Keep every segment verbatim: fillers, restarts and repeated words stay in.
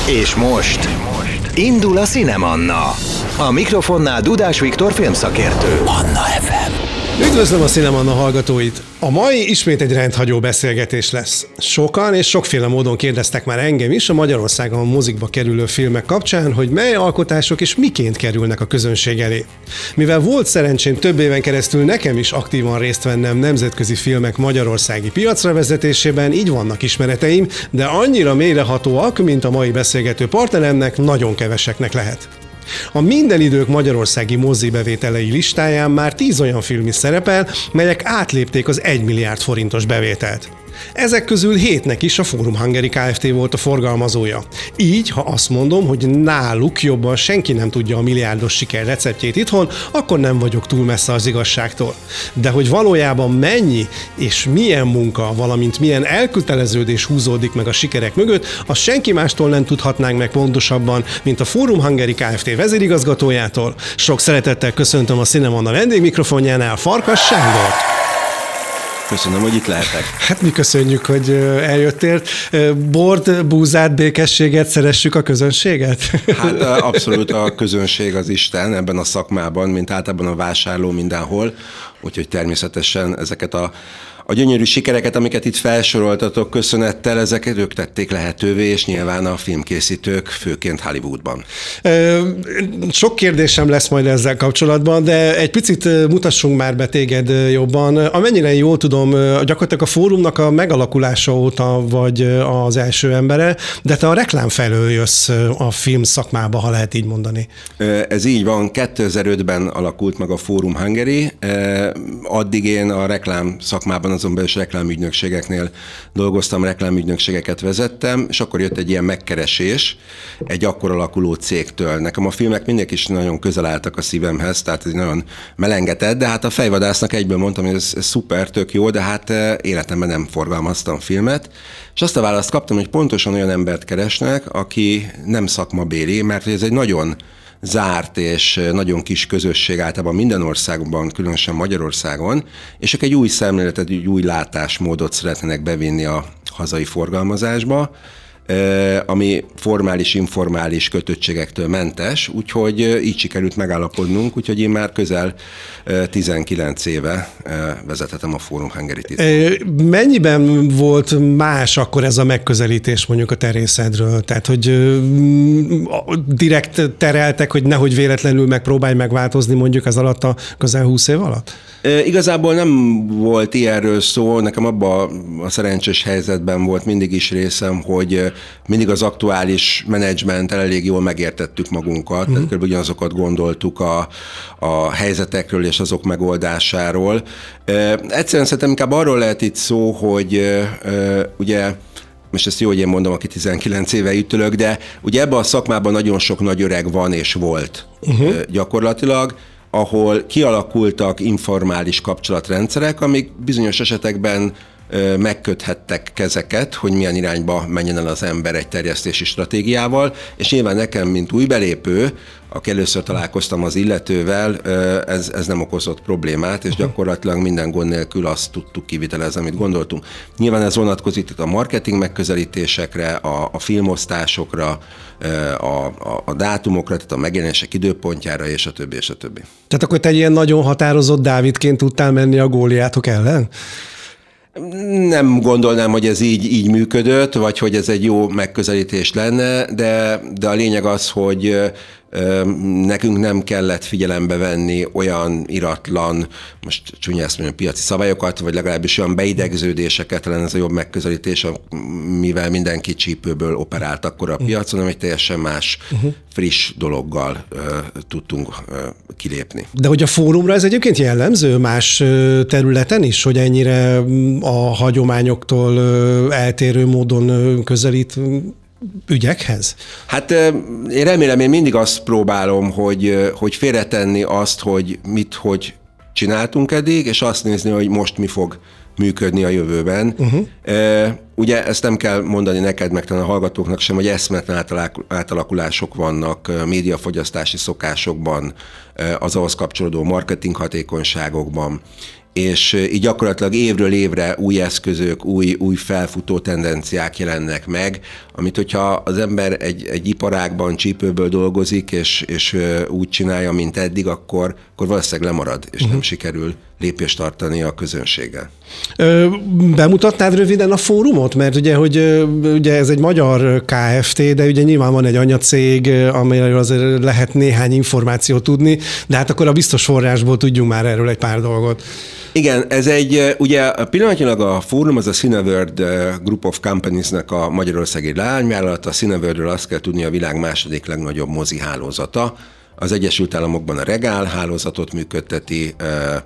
És most indul a Cinemanna. A mikrofonnál Dudás Viktor filmszakértő. Manna ef em. Üdvözlöm a Cinemanna hallgatóit! A mai ismét egy rendhagyó beszélgetés lesz. Sokan és sokféle módon kérdeztek már engem is a Magyarországon mozikba kerülő filmek kapcsán, hogy mely alkotások és miként kerülnek a közönség elé. Mivel volt szerencsém több éven keresztül nekem is aktívan részt vennem nemzetközi filmek magyarországi piacra vezetésében, így vannak ismereteim, de annyira mélyrehatóak, mint a mai beszélgető partneremnek, nagyon keveseknek lehet. A minden idők magyarországi mozibevételei listáján már tíz olyan film is szerepel, melyek átlépték az egy milliárd forintos bevételt. Ezek közül hétnek is a Forum Hungary Kft. Volt a forgalmazója. Így, ha azt mondom, hogy náluk jobban senki nem tudja a milliárdos siker receptjét itthon, akkor nem vagyok túl messze az igazságtól. De hogy valójában mennyi és milyen munka, valamint milyen elköteleződés húzódik meg a sikerek mögött, azt senki mástól nem tudhatnánk meg pontosabban, mint a Forum Hungary Kft. Vezérigazgatójától. Sok szeretettel köszöntöm a Cinemanna vendégmikrofonjánál Farkas Sándort. Köszönöm, hogy itt lehetek. Hát mi köszönjük, hogy eljöttél. Bort, búzát, békességet, szeressük a közönséget? Hát abszolút a közönség az Isten ebben a szakmában, mint általában a vásárló mindenhol, úgyhogy természetesen ezeket a A gyönyörű sikereket, amiket itt felsoroltatok, köszönettel, ezeket ők tették lehetővé, és nyilván a filmkészítők, főként Hollywoodban. Sok kérdésem lesz majd ezzel kapcsolatban, de egy picit mutassunk már be téged jobban. Amennyire jól tudom, gyakorlatilag a fórumnak a megalakulása óta vagy az első embere, de te a reklám felől jössz a film szakmába, ha lehet így mondani. Ez így van, kétezer-ötben alakult meg a Forum Hungary, addig én a reklám szakmában azon belül is reklámügynökségeknél dolgoztam, reklámügynökségeket vezettem, és akkor jött egy ilyen megkeresés egy akkor alakuló cégtől. Nekem a filmek mindig is nagyon közel álltak a szívemhez, tehát ez nagyon melengetett, de hát a fejvadásznak egyből mondtam, hogy ez, ez szuper, tök jó, de hát életemben nem forgalmaztam filmet, és azt a választ kaptam, hogy pontosan olyan embert keresnek, aki nem szakmabéli, mert ez egy nagyon zárt és nagyon kis közösség általában minden országban, különösen Magyarországon, és ők egy új szemléletet, egy új látásmódot szeretnének bevinni a hazai forgalmazásba, ami formális, informális kötöttségektől mentes, úgyhogy így sikerült megállapodnunk, úgyhogy én már közel tizenkilenc éve vezethetem a Forum Hungary-t. Mennyiben volt más akkor ez a megközelítés mondjuk a te részedről? Tehát, hogy direkt tereltek, hogy nehogy véletlenül megpróbálj megváltozni mondjuk ez alatt a közel húsz év alatt? Igazából nem volt ilyenről szó, nekem abban a szerencsés helyzetben volt mindig is részem, hogy mindig az aktuális menedzsmenttel elég jól megértettük magunkat, mm. tehát kb. Ugyanazokat gondoltuk a, a helyzetekről és azok megoldásáról. Egyszerűen szerintem inkább arról lehet itt szó, hogy ugye, most ezt jó, hogy én mondom, aki tizenkilenc éve itt ülök, de ugye ebben a szakmában nagyon sok nagy öreg van és volt uh-huh. gyakorlatilag, ahol kialakultak informális kapcsolatrendszerek, amik bizonyos esetekben megköthettek kezeket, hogy milyen irányba menjen el az ember egy terjesztési stratégiával, és nyilván nekem, mint új belépő, aki először találkoztam az illetővel, ez, ez nem okozott problémát, és gyakorlatilag minden gond nélkül azt tudtuk kivitelezni, amit gondoltunk. Nyilván ez vonatkozik a marketing megközelítésekre, a, a filmosztásokra, a, a, a dátumokra, tehát a megjelenések időpontjára, és a többi, és a többi. Tehát akkor te ilyen nagyon határozott Dávidként tudtál menni a Góliátok ellen? Nem gondolnám, hogy ez így, így működött, vagy hogy ez egy jó megközelítés lenne, de, de a lényeg az, hogy nekünk nem kellett figyelembe venni olyan iratlan, most csúnya ezt mondjam, piaci szabályokat, vagy legalábbis olyan beidegződéseket, talán ez a jobb megközelítés, mivel mindenki csípőből operált akkor a piacon, hanem egy teljesen más, uh-huh. friss dologgal uh, tudtunk uh, kilépni. De hogy a fórumra ez egyébként jellemző más területen is, hogy ennyire a hagyományoktól eltérő módon közelít ügyekhez? Hát én remélem, én mindig azt próbálom, hogy, hogy félretenni azt, hogy mit, hogy csináltunk eddig, és azt nézni, hogy most mi fog működni a jövőben. Uh-huh. Ugye ezt nem kell mondani neked, meg talán a hallgatóknak sem, hogy eszmetlen átalakulások vannak médiafogyasztási szokásokban, az ahhoz kapcsolódó marketing hatékonyságokban, és így gyakorlatilag évről évre új eszközök, új, új felfutó tendenciák jelennek meg, amit hogyha az ember egy, egy iparágban csípőből dolgozik, és, és úgy csinálja, mint eddig, akkor, akkor valószínűleg lemarad, és uh-huh. nem sikerül lépést tartani a közönséggel. Ö, bemutatnád röviden a fórumot? Mert ugye, hogy ugye ez egy magyar ká ef té, de ugye nyilván van egy anyacég, amelyről azért lehet néhány információt tudni, de hát akkor a biztos forrásból tudjunk már erről egy pár dolgot. Igen, ez egy, ugye pillanatnyilag a fórum az a Cineworld Group of Companies-nek a magyarországi leányvállalat. A Cineworldről azt kell tudni, a világ második legnagyobb mozi hálózata. Az Egyesült Államokban a Regal hálózatot működteti,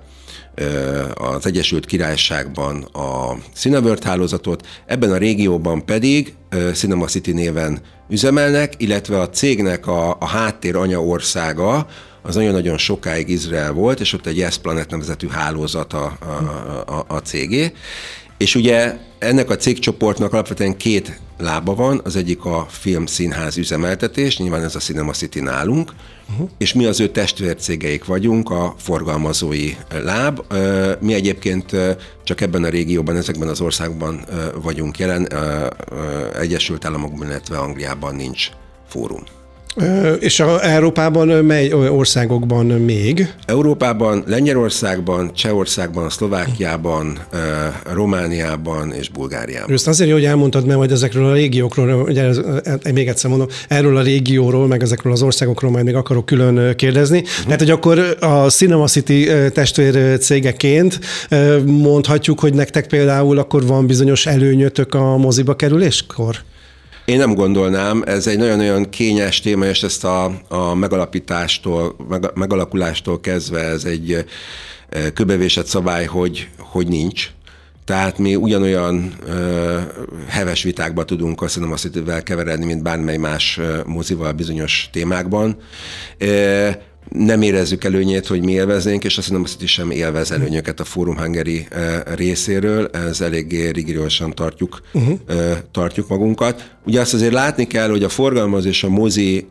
az Egyesült Királyságban a Cineworld hálózatot, ebben a régióban pedig Cinema City néven üzemelnek, illetve a cégnek a, a háttér anyaországa az nagyon-nagyon sokáig Izrael volt, és ott egy Yes Planet nevezetű hálózat a, a, a, a cégé. És ugye ennek a cégcsoportnak alapvetően két lába van, az egyik a film-színház üzemeltetés, nyilván ez a Cinema City nálunk, uh-huh. és mi az ő testvércégeik vagyunk, a forgalmazói láb. Mi egyébként csak ebben a régióban, ezekben az országban vagyunk jelen, Egyesült Államokban, illetve Angliában nincs fórum. És a Európában mely országokban még? Európában, Lengyelországban, Csehországban, Szlovákiában, Romániában és Bulgáriában. Ezt azért jó, hogy elmondtad, mert majd ezekről a régiókról, ugye még egyszer mondom, erről a régióról, meg ezekről az országokról majd még akarok külön kérdezni. Uh-huh. Tehát, hogy akkor a Cinema City testvér cégeként mondhatjuk, hogy nektek például akkor van bizonyos előnyötök a moziba kerüléskor? Én nem gondolnám, ez egy nagyon-nagyon kényes téma, és ezt a, a megalapítástól, meg, megalakulástól kezdve ez egy kőbevésett szabály, hogy, hogy nincs. Tehát mi ugyanolyan ö, heves vitákba tudunk a Cinema Cityvel keveredni, mint bármely más mozival bizonyos témákban. E, nem érezzük előnyét, hogy mi élveznénk, és a Cinema City sem élvez előnyöket a Forum Hungary részéről, ez eléggé rigorosan tartjuk, uh-huh. tartjuk magunkat. Ugye azt azért látni kell, hogy a forgalmaz és a mozi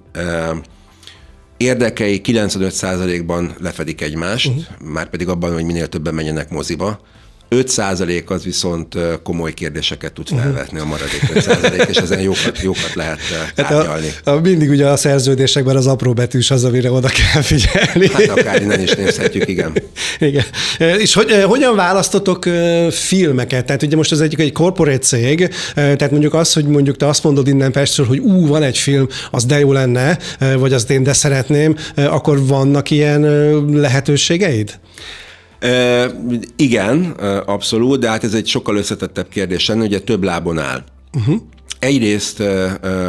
érdekei kilencvenöt százalékban lefedik egymást, uh-huh. már pedig abban, hogy minél többen menjenek moziba. öt százalék az viszont komoly kérdéseket tud felvetni, a maradék öt százalék, és ezen jókat, jókat lehet tárgyalni. Hát a, a mindig ugye a szerződésekben az apró betűs az, amire oda kell figyelni. Hát akár innen is nézhetjük, igen. Igen. És hogy, hogyan választotok filmeket? Tehát ugye most ez egy, egy corporate cég, tehát mondjuk az, hogy mondjuk te azt mondod innen Pestről, hogy ú, van egy film, az de jó lenne, vagy azt én de szeretném, akkor vannak ilyen lehetőségeid? Uh, igen, uh, abszolút, de hát ez egy sokkal összetettebb kérdés lenne, ugye több lábon áll. Uh-huh. Egyrészt uh,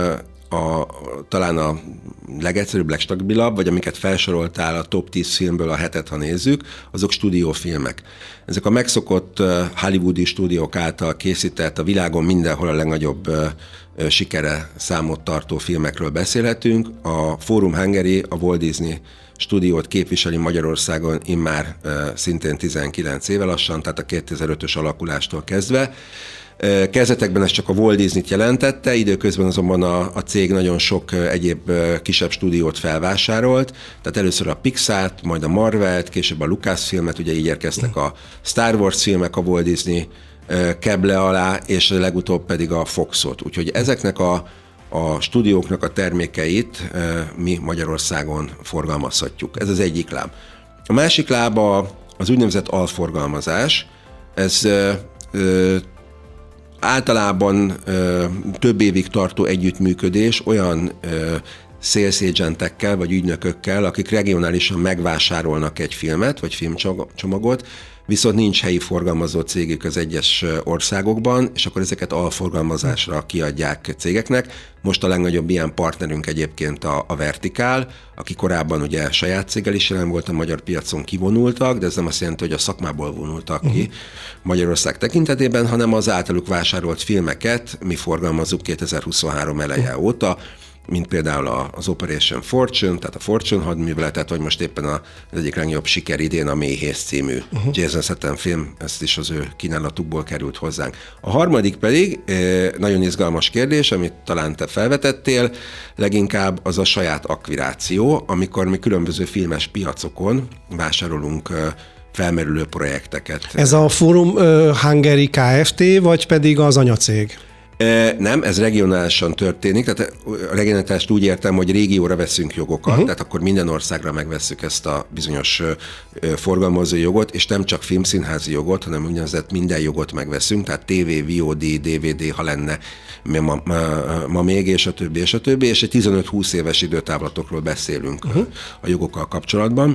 a, talán a legegyszerűbb, legstabilabb, vagy amiket felsoroltál a top tíz filmből a hetet, ha nézzük, azok stúdiófilmek. Ezek a megszokott uh, hollywoodi stúdiók által készített, a világon mindenhol a legnagyobb uh, uh, sikere számot tartó filmekről beszélhetünk. A Forum Hungary, a Walt Disney stúdiót képviseli Magyarországon immár uh, szintén tizenkilenc éve lassan, tehát a kétezer-ötös alakulástól kezdve. Uh, kezdetekben ez csak a Walt Disney-t jelentette, időközben azonban a, a cég nagyon sok uh, egyéb uh, kisebb stúdiót felvásárolt, tehát először a Pixart, majd a Marvelt, később a Lucasfilmet, ugye így érkeztek a Star Wars filmek a Walt Disney uh, keble alá, és legutóbb pedig a Foxot. Úgyhogy ezeknek a a stúdióknak a termékeit mi Magyarországon forgalmazhatjuk. Ez az egyik láb. A másik láb az úgynevezett alforgalmazás. Ez ö, általában ö, több évig tartó együttműködés olyan ö, sales agentekkel vagy ügynökökkel, akik regionálisan megvásárolnak egy filmet vagy filmcsomagot, viszont nincs helyi forgalmazó cégük az egyes országokban, és akkor ezeket alforgalmazásra kiadják cégeknek. Most a legnagyobb ilyen partnerünk egyébként a, a Vertikál, aki korábban ugye saját céggel is jelen volt a magyar piacon, kivonultak, de ez nem azt jelenti, hogy a szakmából vonultak ki uh-huh. Magyarország tekintetében, hanem az általuk vásárolt filmeket mi forgalmazzuk kétezer-huszonhárom eleje uh-huh. óta, mint például az Operation Fortune, tehát a Fortune hadműveletet, vagy most éppen az egyik legnagyobb siker idén a Méhész című uh-huh. Jason Statham film, ezt is az ő kínálatukból került hozzánk. A harmadik pedig nagyon izgalmas kérdés, amit talán te felvetettél, leginkább az a saját akviráció, amikor mi különböző filmes piacokon vásárolunk felmerülő projekteket. Ez a Forum Hungary Kft., vagy pedig az anyacég? Nem, ez regionálisan történik, tehát a regionálisást úgy értem, hogy régióra veszünk jogokat, uh-huh. tehát akkor minden országra megvesszük ezt a bizonyos forgalmazó jogot, és nem csak filmszínházi jogot, hanem úgynevezett minden jogot megveszünk, tehát tévé, vé o dé, dé vé dé, ha lenne ma, ma, ma még, és a többi, és a többi, és egy tizenöt-húsz éves időtávlatokról beszélünk uh-huh. a jogokkal kapcsolatban.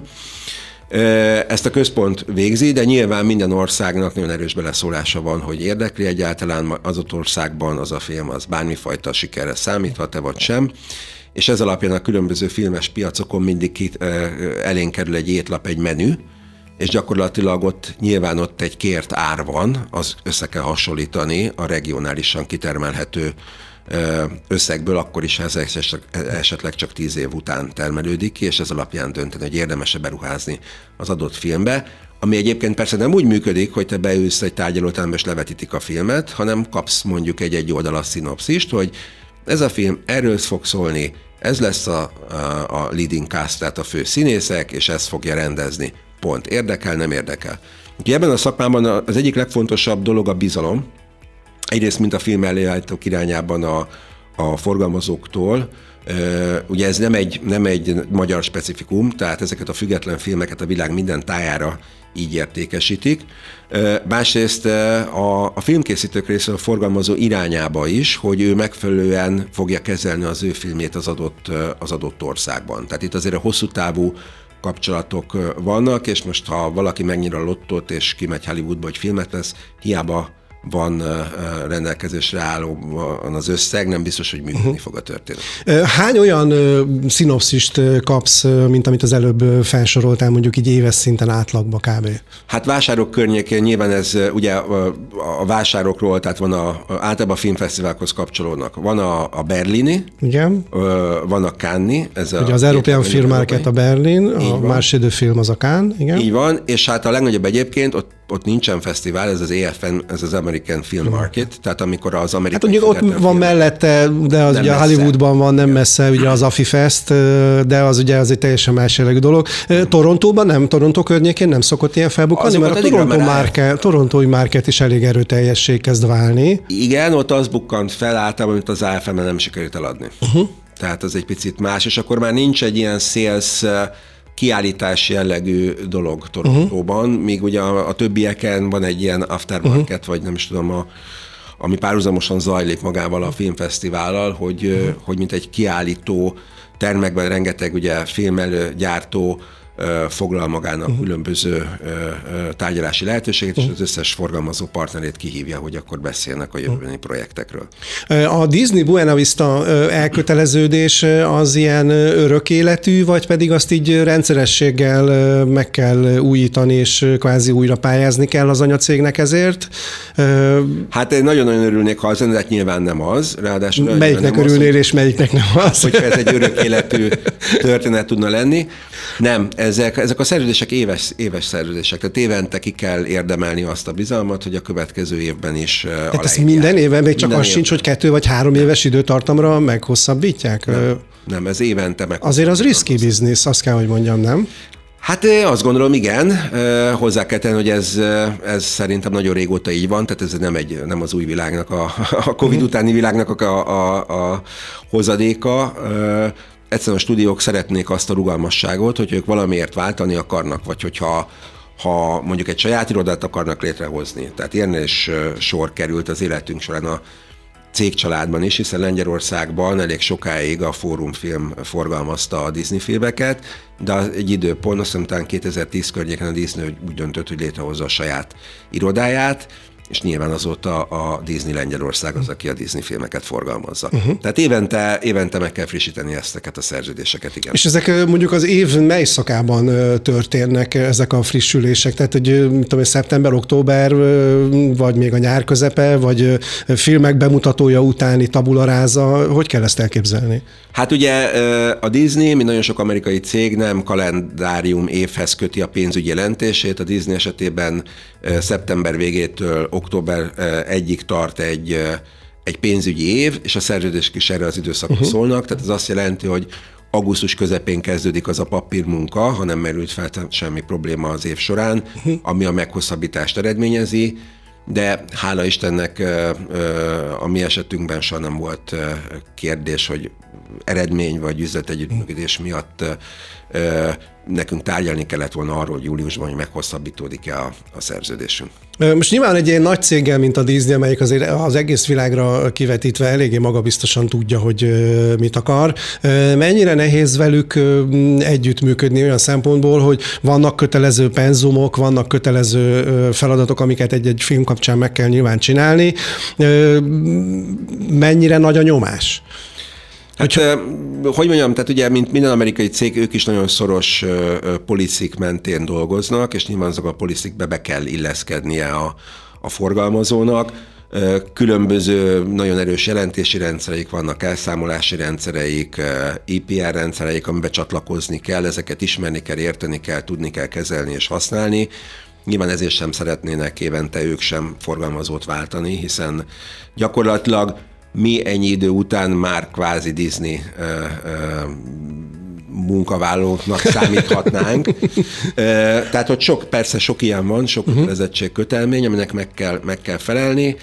Ezt a központ végzi, de nyilván minden országnak nagyon erős beleszólása van, hogy érdekli egyáltalán az ott országban az a film, az bármifajta sikerre számíthat-e vagy sem, és ez alapján a különböző filmes piacokon mindig ki, elénk kerül egy étlap, egy menü, és gyakorlatilag ott nyilván ott egy kért ár van, az össze kell hasonlítani a regionálisan kitermelhető összegből, akkor is ez esetleg csak tíz év után termelődik ki, és ez alapján dönteni, hogy érdemes-e beruházni az adott filmbe, ami egyébként persze nem úgy működik, hogy te beülsz egy tárgyalóterembe és levetítik a filmet, hanem kapsz mondjuk egy-egy oldalas szinopszist, hogy ez a film erről fog szólni, ez lesz a, a, a leading cast, tehát a fő színészek, és ezt fogja rendezni. Pont. Érdekel, nem érdekel. Úgyhogy ebben a szakmában az egyik legfontosabb dolog a bizalom, egyrészt, mint a film előállítók irányában a, a forgalmazóktól. Ugye ez nem egy, nem egy magyar specifikum, tehát ezeket a független filmeket a világ minden tájára így értékesítik. Másrészt a, a filmkészítők részéről a forgalmazó irányába is, hogy ő megfelelően fogja kezelni az ő filmjét az adott, az adott országban. Tehát itt azért a hosszú távú kapcsolatok vannak, és most ha valaki megnyír a lottót és kimegy Hollywoodba, hogy filmet lesz, hiába van rendelkezésre álló az összeg, nem biztos, hogy működni uh-huh. fog a történet. Hány olyan szinopszist kapsz, mint amit az előbb felsoroltál, mondjuk így éves szinten átlagba kb? Hát vásárok környékén nyilván ez ugye a vásárokról, tehát van a, általában a filmfesztiválhoz kapcsolódnak. Van a, a berlini, igen. Van a Cannes-i. Ez ugye a, az European Film Market a Berlin, a második film az a Cannes, igen. Így van, és hát a legnagyobb egyébként, ott, ott nincsen fesztivál, ez az á ef en, ez az American Film Market, tehát amikor az amerikai... Hát mondjuk ott van mellette, de az ugye messze. Hollywoodban van, nem messze, ugye az AFI Fest, de az ugye az egy teljesen más jellegű dolog. Torontóban nem, Torontó környékén nem szokott ilyen felbukkanni, mert a Toronto market, torontói market is elég erőteljessé kezd válni. Igen, ott az bukkant fel általában, amit az á ef en nem sikerült eladni. Uh-huh. Tehát az egy picit más, és akkor már nincs egy ilyen sales kiállítás jellegű dolog Torontóban, uh-huh. míg ugye a, a többieken van egy ilyen aftermarket, uh-huh. vagy nem is tudom, a, ami párhuzamosan zajlik magával a filmfesztivállal, hogy, uh-huh. hogy mint egy kiállító termekben rengeteg ugye filmelőgyártó foglal magának uh-huh. különböző tárgyalási lehetőséget, uh-huh. és az összes forgalmazó partnerét kihívja, hogy akkor beszélnek a jövőbeni uh-huh. projektekről. A Disney Buena Vista elköteleződés az ilyen örök életű, vagy pedig azt így rendszerességgel meg kell újítani, és kvázi újra pályázni kell az anyacégnek ezért? Hát én nagyon-nagyon örülnék, ha az lenne, de nyilván nem az. Ráadásul melyiknek örülnél, az, és melyiknek nem az? Hogyha ez egy örök életű történet tudna lenni. Nem, ezek, ezek a szerződések éves, éves szerződések, tehát évente ki kell érdemelni azt a bizalmat, hogy a következő évben is uh, aláírják. Tehát ezt minden évben, még csak az sincs, hogy kettő vagy három éves időtartamra meghosszabbítják? Nem, nem ez évente meg. Azért az risky business, azt kell, hogy mondjam, nem? Hát azt gondolom, igen. Hozzá kell tenni, hogy ez, ez szerintem nagyon régóta így van, tehát ez nem, egy, nem az új világnak, a, a Covid utáni világnak a, a, a hozadéka. Egyszerűen a stúdiók szeretnék azt a rugalmasságot, hogy ők valamiért váltani akarnak, vagy hogyha ha mondjuk egy saját irodát akarnak létrehozni. Tehát ilyen is sor került az életünk során a cégcsaládban is, hiszen Lengyelországban elég sokáig a Fórum Film forgalmazta a Disney filmeket, de egy időpont, azt hiszem kétezer-tíz környéken a Disney úgy döntött, hogy létrehozza a saját irodáját, és nyilván azóta a Disney Lengyelország az, aki a Disney filmeket forgalmazza. Uh-huh. Tehát évente, évente meg kell frissíteni ezteket a szerződéseket, igen. És ezek mondjuk az év mely szakában történnek ezek a frissülések? Tehát, hogy mit tudom, szeptember, október, vagy még a nyár közepe, vagy filmek bemutatója utáni tabula rasa, hogy kell ezt elképzelni? Hát ugye a Disney, mint nagyon sok amerikai cég, nem kalendárium évhez köti a pénzügyi jelentését. A Disney esetében szeptember végétől október egyig tart egy, egy pénzügyi év, és a szerződések is erre az időszakra uh-huh. szólnak. Tehát ez azt jelenti, hogy augusztus közepén kezdődik az a papírmunka, ha nem merült fel semmi probléma az év során, uh-huh. ami a meghosszabbítást eredményezi. de hála Istennek a mi esetünkben soha nem volt kérdés, hogy eredmény vagy üzletegyüttműködés miatt nekünk tárgyalni kellett volna arról, hogy júliusban, hogy meghosszabbítódik-e a, a szerződésünk. Most nyilván egy ilyen nagy céggel, mint a Disney, amelyik azért az egész világra kivetítve eléggé magabiztosan tudja, hogy mit akar. Mennyire nehéz velük együttműködni olyan szempontból, hogy vannak kötelező penzumok, vannak kötelező feladatok, amiket egy-egy film kapcsán meg kell nyilván csinálni. Mennyire nagy a nyomás? Hát, hogy, hogy mondjam, tehát ugye, mint minden amerikai cég, ők is nagyon szoros policy mentén dolgoznak, és nyilván azok a policykbe be kell illeszkednie a, a forgalmazónak. Különböző nagyon erős jelentési rendszereik vannak, elszámolási rendszereik, I P R rendszereik, amiben csatlakozni kell, ezeket ismerni kell, érteni kell, tudni kell kezelni és használni. Nyilván ezért sem szeretnének évente ők sem forgalmazót váltani, hiszen gyakorlatilag mi ennyi idő után már kvázi Disney ö, ö, munkavállalóknak számíthatnánk. Tehát, hogy sok, persze sok ilyen van, sok kötelezettség kötelmény, aminek meg kell, meg kell felelni,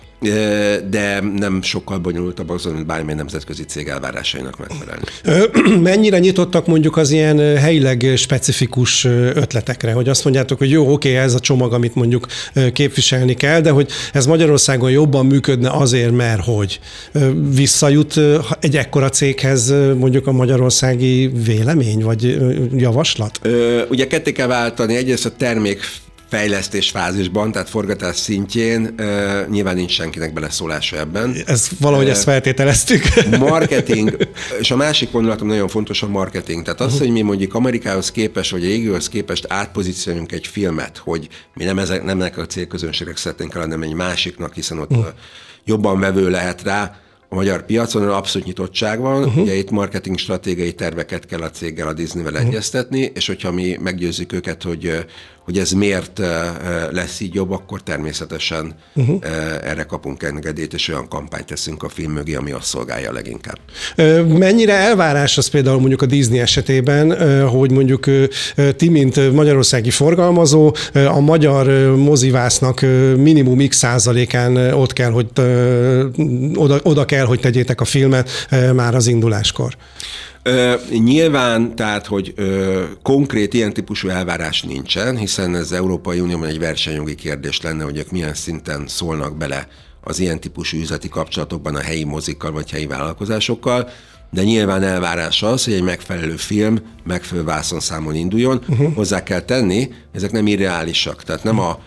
de nem sokkal bonyolultabb azon, mint bármilyen nemzetközi cég elvárásainak megfelelni. Mennyire nyitottak mondjuk az ilyen helyileg specifikus ötletekre, hogy azt mondjátok, hogy jó, oké, ez a csomag, amit mondjuk képviselni kell, de hogy ez Magyarországon jobban működne azért, mert hogy visszajut egy ekkora céghez mondjuk a magyarországi vélemény, vagy javaslat? Ugye ketté kell váltani egyrészt a termék fejlesztés fázisban, tehát forgatás szintjén uh, nyilván nincs senkinek beleszólása ebben. Ez valahogy uh, ezt feltételeztük. Marketing, és a másik vonulatom nagyon fontos a marketing. Tehát az, uh-huh. hogy mi mondjuk Amerikához képest, vagy a régióhoz képest átpozícionálunk egy filmet, hogy mi nem, ezek, nem ennek a célközönségek szeretnénk el, hanem egy másiknak, hiszen ott uh-huh. jobban vevő lehet rá. A magyar piacon abszolút nyitottság van, uh-huh. ugye itt marketing stratégiai terveket kell a céggel, a Disneyvel uh-huh. egyeztetni, és hogyha mi meggyőzzük őket, hogy, hogy ez miért lesz így jobb, akkor természetesen uh-huh. erre kapunk engedélyt, és olyan kampányt teszünk a film mögé, ami azt szolgálja leginkább. Mennyire elvárás az például mondjuk a Disney esetében, hogy mondjuk ti, mint magyarországi forgalmazó, a magyar mozivásznak minimum x százalékán ott kell, hogy oda, oda kell, hogy tegyétek a filmet már az induláskor? Ö, nyilván, tehát, hogy ö, konkrét ilyen típusú elvárás nincsen, hiszen ez Európai Unióban egy versenyjogi kérdés lenne, hogy ők milyen szinten szólnak bele az ilyen típusú üzleti kapcsolatokban a helyi mozikkal vagy helyi vállalkozásokkal, de nyilván elvárás az, hogy egy megfelelő film megfelelő vászonszámon induljon. Uh-huh. Hozzá kell tenni, ezek nem irreálisak, tehát nem a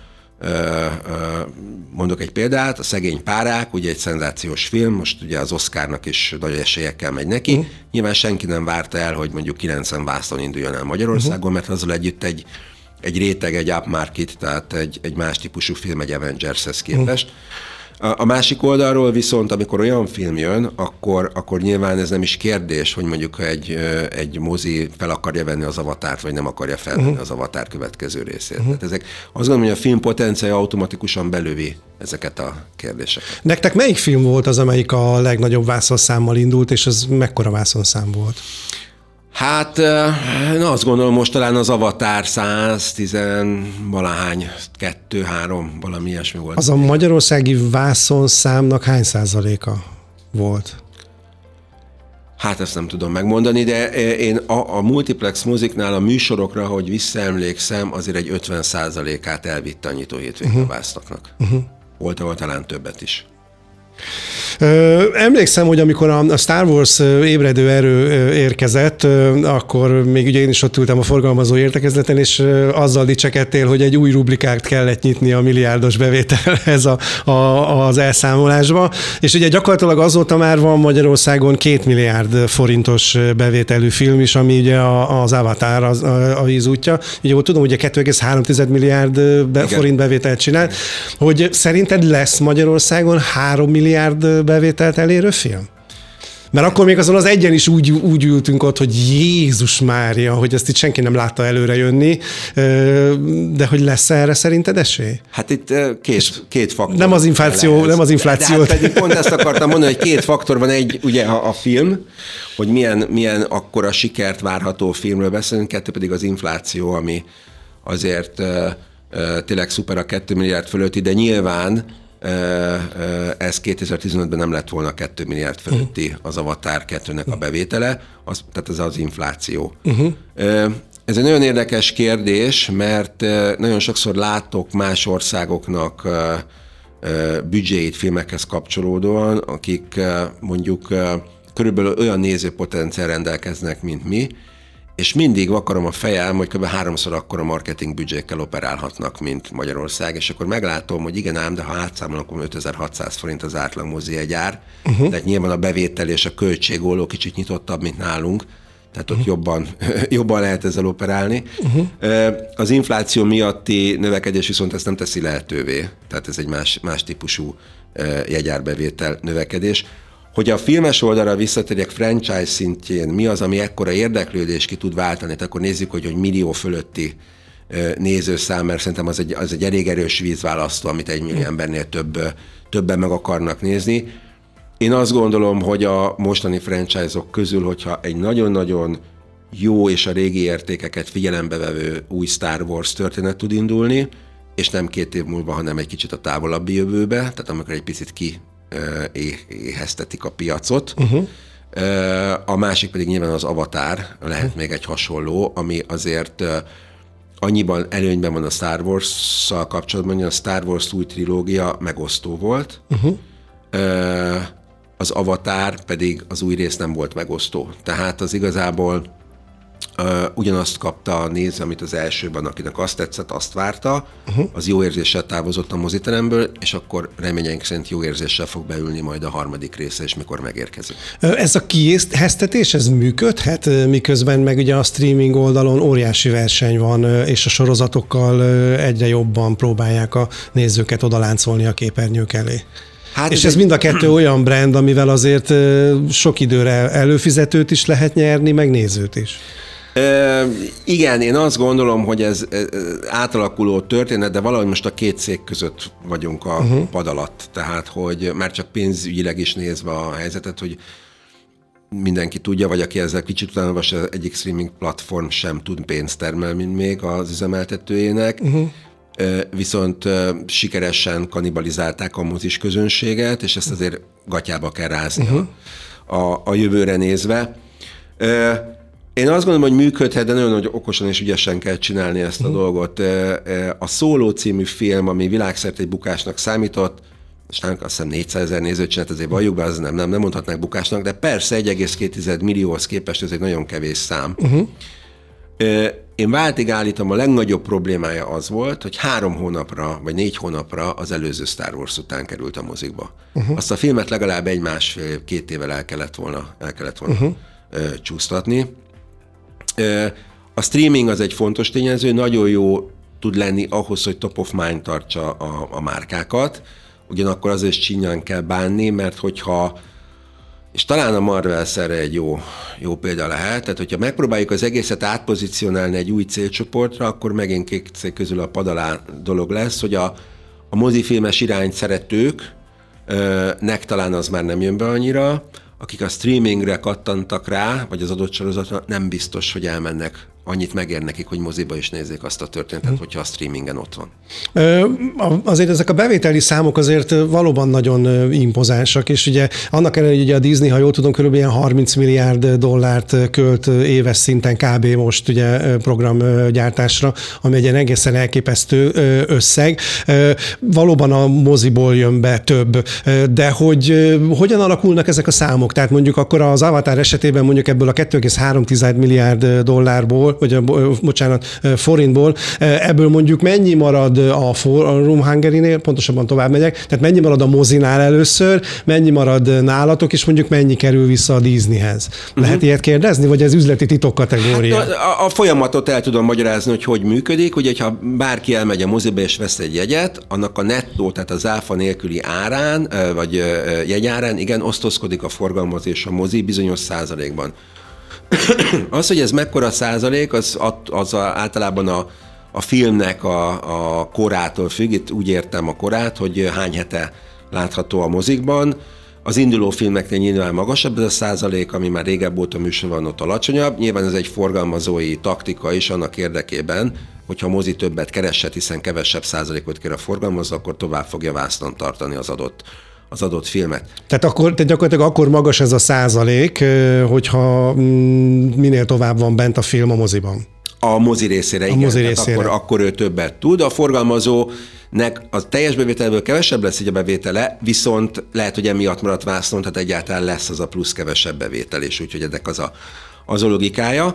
mondok egy példát, a Szegény párák, ugye egy szenzációs film, most ugye az Oscarnak is nagy esélyekkel megy neki. Uh-huh. Nyilván senki nem várta el, hogy mondjuk kilencven vászon induljon el Magyarországon, uh-huh. mert azzal együtt egy, egy réteg, egy upmarket, tehát egy, egy más típusú film egy Avengershez képest. Uh-huh. A másik oldalról viszont, amikor olyan film jön, akkor, akkor nyilván ez nem is kérdés, hogy mondjuk egy, egy mozi fel akarja venni az Avatárt, vagy nem akarja felvenni uh-huh. az Avatár következő részét. Uh-huh. Tehát ezek, azt gondolom, hogy a film potenciálja automatikusan belövi ezeket a kérdéseket. Nektek melyik film volt az, amelyik a legnagyobb vászonszámmal indult, és az mekkora vászonszám volt? Hát, na azt gondolom, most talán az Avatar száztíz valahány, kettő, három, valami ilyesmi volt. Az a magyarországi vászonszámnak hány százaléka volt? Hát ezt nem tudom megmondani, de én a, a multiplex moziknál a műsorokra, hogy visszaemlékszem, azért egy ötven százalékát elvitte a nyitó hétvégén uh-huh. a vászlaknak. Uh-huh. Volt, ahol talán többet is. Emlékszem, hogy amikor a Star Wars ébredő erő érkezett, akkor még ugye én is ott ültem a forgalmazó értekezleten, és azzal dicsekedtél, hogy egy új rubrikát kellett nyitni a milliárdos bevételhez a, a, az elszámolásba, és ugye gyakorlatilag azóta már van Magyarországon két milliárd forintos bevételű film is, ami ugye az Avatar, az, a, a vízútja. Ugye ott tudom, hogy kettő egész három milliárd be, forint bevételt csinált, hogy szerinted lesz Magyarországon három milliárd bevételt elérő film? Mert akkor még azon az egyen is úgy, úgy ültünk ott, hogy Jézus Mária, hogy ezt itt senki nem látta előre jönni, de hogy lesz erre szerinted esély? Hát itt két, két faktor. Nem az infláció, nem az infláció. De hát pedig pont ezt akartam mondani, hogy két faktor van, egy ugye a, a film, hogy milyen, milyen akkora sikert várható filmről beszélünk, kettő pedig az infláció, ami azért tényleg szuper a két milliárd fölötti, de nyilván ez kétezer-tizenötben nem lett volna két milliárd fölötti az Avatar kettőnek a bevétele, az, tehát ez az infláció. Uh-huh. Ez egy nagyon érdekes kérdés, mert nagyon sokszor látok más országoknak büdzséit filmekhez kapcsolódóan, akik mondjuk körülbelül olyan nézőpotenciál rendelkeznek, mint mi, és mindig vakarom a fejem, hogy kb. háromszor akkora marketing büdzsékkel operálhatnak, mint Magyarország, és akkor meglátom, hogy igen ám, de ha átszámolom, akkor ötezer-hatszáz forint az átlag mozi egy ár, uh-huh. tehát nyilván a bevétel és a költségolló kicsit nyitottabb, mint nálunk, tehát ott uh-huh. jobban, jobban lehet ezzel operálni. Uh-huh. Az infláció miatti növekedés viszont ezt nem teszi lehetővé, tehát ez egy más, más típusú jegyárbevétel növekedés. Hogy a filmes oldalra visszatérjek franchise szintjén, mi az, ami ekkora érdeklődés ki tud váltani, tehát akkor nézzük, hogy, hogy millió fölötti nézőszám, mert szerintem az egy, az egy elég erős vízválasztó, amit egy millió embernél több, többen meg akarnak nézni. Én azt gondolom, hogy a mostani franchise-ok közül, hogyha egy nagyon-nagyon jó és a régi értékeket figyelembe vevő új Star Wars történet tud indulni, és nem két év múlva, hanem egy kicsit a távolabbi jövőbe, tehát amikor egy picit ki éheztetik a piacot. Uh-huh. A másik pedig nyilván az Avatar, lehet uh-huh. még egy hasonló, ami azért annyiban előnyben van a Star Wars-szal kapcsolatban, hogy a Star Wars új trilógia megosztó volt, uh-huh. az Avatar pedig az új rész nem volt megosztó. Tehát az igazából Uh, ugyanazt kapta a néző, amit az elsőben, akinek azt tetszett, azt várta, uh-huh. az jó érzéssel távozott a moziteremből, és akkor reményeink szerint jó érzéssel fog beülni majd a harmadik része, és mikor megérkezik. Ez a kiéheztetés, ez működhet, miközben meg ugye a streaming oldalon óriási verseny van, és a sorozatokkal egyre jobban próbálják a nézőket odaláncolni a képernyők elé. Hát és ez, ez mind a kettő olyan brand, amivel azért sok időre előfizetőt is lehet nyerni, meg nézőt is. E, igen, én azt gondolom, hogy ez átalakuló történet, de valahogy most a két cég között vagyunk a uh-huh. pad alatt. Tehát, hogy már csak pénzügyileg is nézve a helyzetet, hogy mindenki tudja, vagy aki ezzel kicsit utána olvas, egyik streaming platform sem tud pénzt termelni még az üzemeltetőjének. Uh-huh. Viszont sikeresen kanibalizálták a mozis közönséget, és ezt azért gatyába kell rázni uh-huh. a, a jövőre nézve. Én azt gondolom, hogy működhet, de nagyon hogy okosan és ügyesen kell csinálni ezt a uh-huh. dolgot. A Szóló című film, ami világszerte egy bukásnak számított, és nem azt hiszem négyszázezer nézőt csinált, azért valljuk be, az nem, nem, nem mondhatnák bukásnak, de persze egy egész két millióhoz képest ez egy nagyon kevés szám. Uh-huh. Én váltig állítom, a legnagyobb problémája az volt, hogy három hónapra, vagy négy hónapra az előző Star Wars után került a mozikba. Uh-huh. Azt a filmet legalább egy másfél, két évvel el kellett volna, el kellett volna uh-huh. csúsztatni. A streaming az egy fontos tényező, nagyon jó tud lenni ahhoz, hogy top of mind tartsa a, a márkákat, ugyanakkor azért is csinyán kell bánni, mert hogyha és talán a Marvel erre egy jó, jó példa lehet, tehát hogyha megpróbáljuk az egészet átpozícionálni egy új célcsoportra, akkor megint két cég közül a pad alá dolog lesz, hogy a, a mozifilmes irányt szeretőknek talán az már nem jön be annyira, akik a streamingre kattantak rá, vagy az adott sorozatra, nem biztos, hogy elmennek, annyit megér nekik, hogy moziba is nézzék azt a történetet, hmm. hogyha a streamingen ott van. Ö, azért ezek a bevételi számok azért valóban nagyon impozánsak, és ugye annak ellenére, hogy ugye a Disney, ha jól tudom, körülbelül harminc milliárd dollárt költ éves szinten kb. Most ugye programgyártásra, ami egy ilyen egészen elképesztő összeg. Valóban a moziból jön be több, de hogy hogyan alakulnak ezek a számok? Tehát mondjuk akkor az Avatar esetében mondjuk ebből a két egész három milliárd dollárból, vagy bocsánat, forintból, ebből mondjuk mennyi marad a Forum Hungary-nél, pontosabban tovább megyek, tehát mennyi marad a mozinál először, mennyi marad nálatok, és mondjuk mennyi kerül vissza a Disneyhez. Lehet uh-huh. ilyet kérdezni, vagy ez üzleti titok kategória? Hát a, a folyamatot el tudom magyarázni, hogy hogy működik, ugye, ha bárki elmegy a moziba és vesz egy jegyet, annak a nettó, tehát az áfa nélküli árán, vagy jegyárán, igen, osztozkodik a forgalmazás a mozi bizonyos százalékban. Az, hogy ez mekkora százalék, az, az általában a, a filmnek a, a korától függ, itt úgy értem a korát, hogy hány hete látható a mozikban. Az induló filmeknél nyilván magasabb ez a százalék, ami már régebb óta műsor van, ott alacsonyabb. Nyilván ez egy forgalmazói taktika is annak érdekében, hogyha a mozi többet keresett, hiszen kevesebb százalékot kér a forgalmazó, akkor tovább fogja vásznon tartani az adott az adott filmet. Tehát, akkor, tehát gyakorlatilag akkor magas ez a százalék, hogyha minél tovább van bent a film a moziban. A mozi részére, a igen. Mozi részére. Akkor, akkor ő többet tud. A forgalmazónek a teljes bevételből kevesebb lesz így a bevétele, viszont lehet, hogy emiatt maradt vásznon, tehát egyáltalán lesz az a plusz kevesebb bevétel, és úgyhogy ennek az a, az a logikája.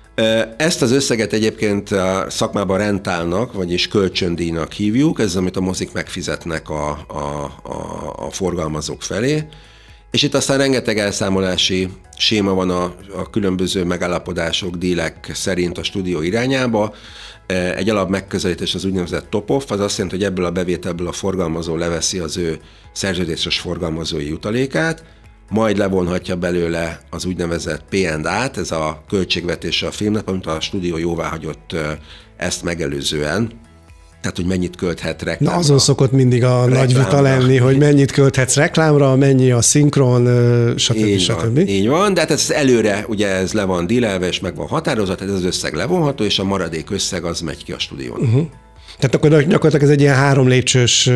Ezt az összeget egyébként a szakmában rentálnak, vagyis kölcsöndíjnak hívjuk, ez az, amit a mozik megfizetnek a, a, a, a forgalmazók felé, és itt aztán rengeteg elszámolási séma van a, a különböző megállapodások, dílek szerint a stúdió irányába. Egy alap megközelítés az úgynevezett top-off, az azt jelenti, hogy ebből a bevételből a forgalmazó leveszi az ő szerződéses forgalmazói jutalékát, majd levonhatja belőle az úgynevezett pé end á-t, ez a költségvetése a filmnek, amit a stúdió jóváhagyott ezt megelőzően, tehát hogy mennyit költhet reklámra. Na azon szokott mindig a reklámra. Nagy vita lenni, hogy mennyit költhetsz reklámra, mennyi a szinkron, stb. Így stb. Van, így van, de hát ez előre ugye ez le van dílelve, és meg van határozat, ez az összeg levonható, és a maradék összeg az megy ki a stúdión. Uh-huh. Tehát akkor gyakorlatilag ez egy ilyen három lépcsős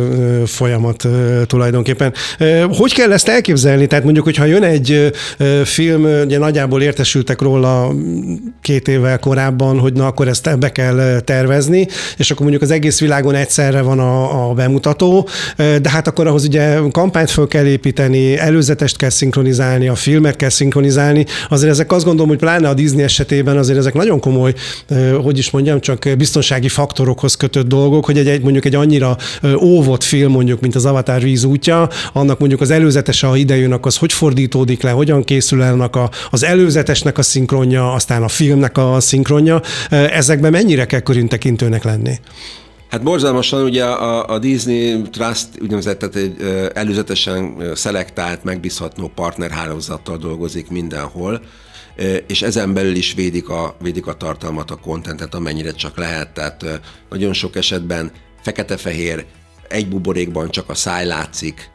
folyamat tulajdonképpen. Hogy kell ezt elképzelni? Tehát mondjuk, hogyha jön egy film, ugye nagyjából értesültek róla két évvel korábban, hogy na akkor ezt be kell tervezni, és akkor mondjuk az egész világon egyszerre van a, a bemutató, de hát akkor ahhoz ugye kampányt föl kell építeni, előzetest kell szinkronizálni, a filmet kell szinkronizálni. Azért ezek azt gondolom, hogy pláne a Disney esetében azért ezek nagyon komoly, hogy is mondjam, csak biztonsági faktorokhoz kötött dolgok, hogy egy, mondjuk egy annyira óvott film, mondjuk, mint az Avatar víz útja, annak mondjuk az előzetes, ha idejön, az hogy fordítódik le, hogyan készül el a, az előzetesnek a szinkronja, aztán a filmnek a szinkronja. Ezekben mennyire kell körültekintőnek lenni? Hát borzalmasan ugye a, a Disney Trust úgynevezett, tehát egy előzetesen szelektált, megbízható partnerhálózattal dolgozik mindenhol, és ezen belül is védik a, védik a tartalmat, a contentet, amennyire csak lehet. Tehát nagyon sok esetben fekete-fehér, egy buborékban csak a száj látszik,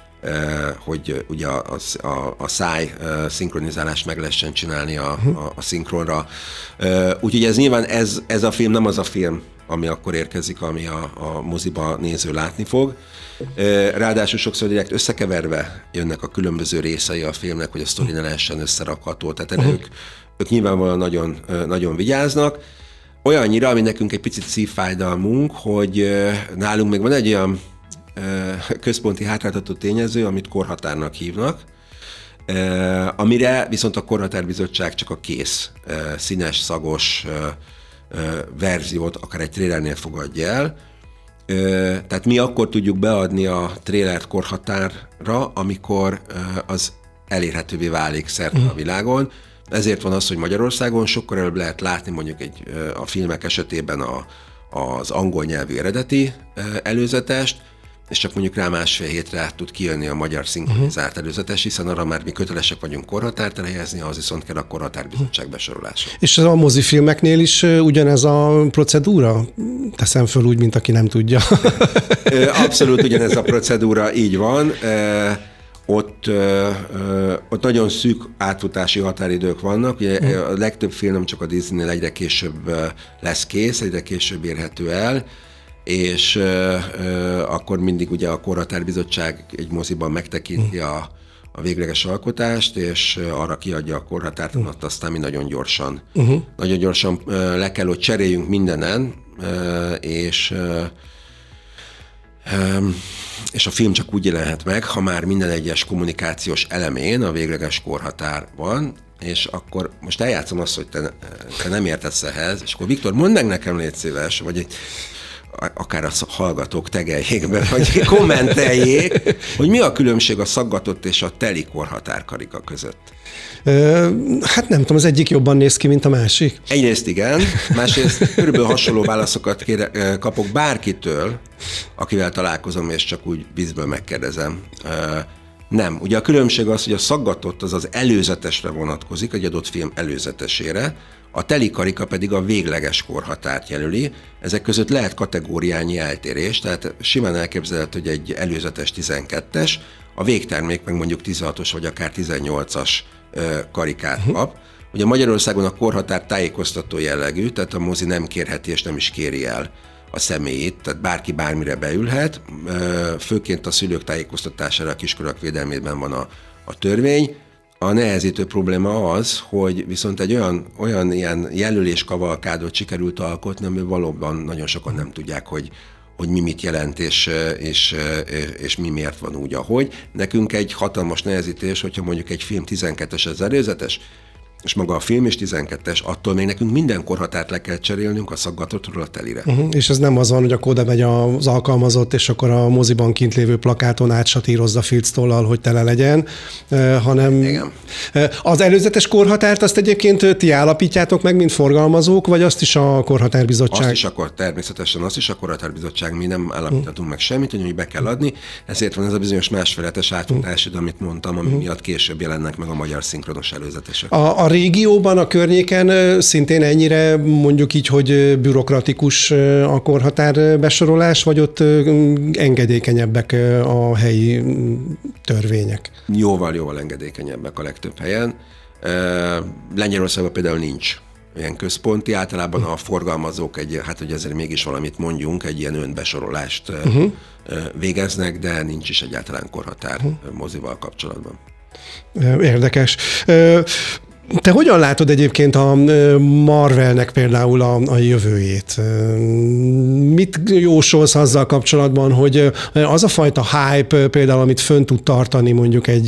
hogy ugye a, a, a száj szinkronizálást meg lehessen csinálni a, a, a szinkronra. Úgyhogy ez nyilván ez, ez a film nem az a film, ami akkor érkezik, ami a, a moziba néző látni fog. Ráadásul sokszor direkt összekeverve jönnek a különböző részei a filmnek, hogy a sztori ne lehessen összerakható. Tehát erre uh-huh. ők, ők nyilvánvalóan nagyon, nagyon vigyáznak. Olyannyira, ami nekünk egy picit szívfájdalmunk, hogy nálunk még van egy olyan központi hátráltató tényező, amit korhatárnak hívnak, amire viszont a korhatárbizottság csak a kész, színes, szagos verziót, akár egy trélernél fogadja el. Tehát mi akkor tudjuk beadni a trélert korhatárra, amikor az elérhetővé válik szerte a világon. Ezért van az, hogy Magyarországon sokkal előbb lehet látni mondjuk egy, a filmek esetében a, az angol nyelvű eredeti előzetest, és csak mondjuk rá másfél hétre tud kijönni a magyar szinkronizált előzetes, hiszen arra már mi kötelesek vagyunk korhatárt elhelyezni, az viszont kell a korhatárbizottság besorolása. És a mozifilmeknél is ugyanez a procedúra? Teszem föl úgy, mint aki nem tudja. Abszolút ugyanez a procedúra, így van. Ott, ott nagyon szűk átfutási határidők vannak. Ugye a legtöbb film nem csak a Disneynél egyre később lesz kész, egyre később érhető el, és euh, euh, akkor mindig ugye a korhatárbizottság egy moziban megtekinti a, a végleges alkotást, és arra kiadja a korhatárt, uh. aztán mi nagyon gyorsan, uh-huh. nagyon gyorsan uh, le kell, hogy cseréljünk mindenen, uh, és, uh, um, és a film csak úgy jelenhet meg, ha már minden egyes kommunikációs elemén a végleges korhatár van, és akkor most eljátszom azt, hogy te, te nem értesz ehhez, és akkor Viktor, mondd meg nekem, légy szíves, vagy egy akár a hallgatók tegeljék be, vagy kommenteljék, hogy mi a különbség a szaggatott és a teli korhatárkarika között. Hát nem tudom, az egyik jobban néz ki, mint a másik. Egyrészt igen, másrészt körülbelül hasonló válaszokat kére, kapok bárkitől, akivel találkozom, és csak úgy vízből megkérdezem. Nem. Ugye a különbség az, hogy a szaggatott az az előzetesre vonatkozik, egy adott film előzetesére, a teli karika pedig a végleges korhatárt jelöli. Ezek között lehet kategóriányi eltérés, tehát simán elképzelhető, hogy egy előzetes tizenkettes, a végtermék meg mondjuk tizenhatos vagy akár tizennyolcas karikát kap. Ugye Magyarországon a korhatár tájékoztató jellegű, tehát a mozi nem kérheti és nem is kéri el a személyét, tehát bárki bármire beülhet, főként a szülők tájékoztatására, a kiskorúak védelmében van a, a törvény. A nehezítő probléma az, hogy viszont egy olyan, olyan ilyen jelölés kavalkádot sikerült alkotni, ami valóban nagyon sokan nem tudják, hogy, hogy mi mit jelent, és, és, és mi miért van úgy, ahogy. Nekünk egy hatalmas nehezítés, hogyha mondjuk egy film tizenkettes az előzetes, és maga a film is tizenkettes, attól még nekünk minden korhatárt le kell cserélnünk a szaggatotról a telire. Uh-huh. És ez nem az van, hogy akkor oda megy az alkalmazott, és akkor a moziban kint lévő plakáton átsatírozza filctollal, hogy tele legyen, hanem igen. Az előzetes korhatárt azt egyébként ti állapítjátok meg, mint forgalmazók, vagy azt is a korhatárbizottság? Azt is akkor természetesen, azt is a korhatárbizottság, mi nem állapítatunk uh-huh. meg semmit, hogy be kell adni, ezért van ez a bizonyos másfeletes átfutásid, uh-huh. amit mondtam, ami uh-huh. miatt később jelennek meg a magyar szinkronos előzetesek. A, a régióban, a környéken szintén ennyire mondjuk így, hogy bürokratikus a korhatár besorolás, vagy ott engedékenyebbek a helyi törvények? Jóval, jóval engedékenyebbek a legtöbb helyen. Lengyelországban például nincs ilyen központi, általában a forgalmazók egy, hát hogy ezért mégis valamit mondjunk, egy ilyen önbesorolást uh-huh. végeznek, de nincs is egyáltalán korhatár uh-huh. mozival kapcsolatban. Érdekes. Te hogyan látod egyébként a Marvelnek például a, a jövőjét? Mit jósolsz azzal kapcsolatban, hogy az a fajta hype például, amit fönn tud tartani mondjuk egy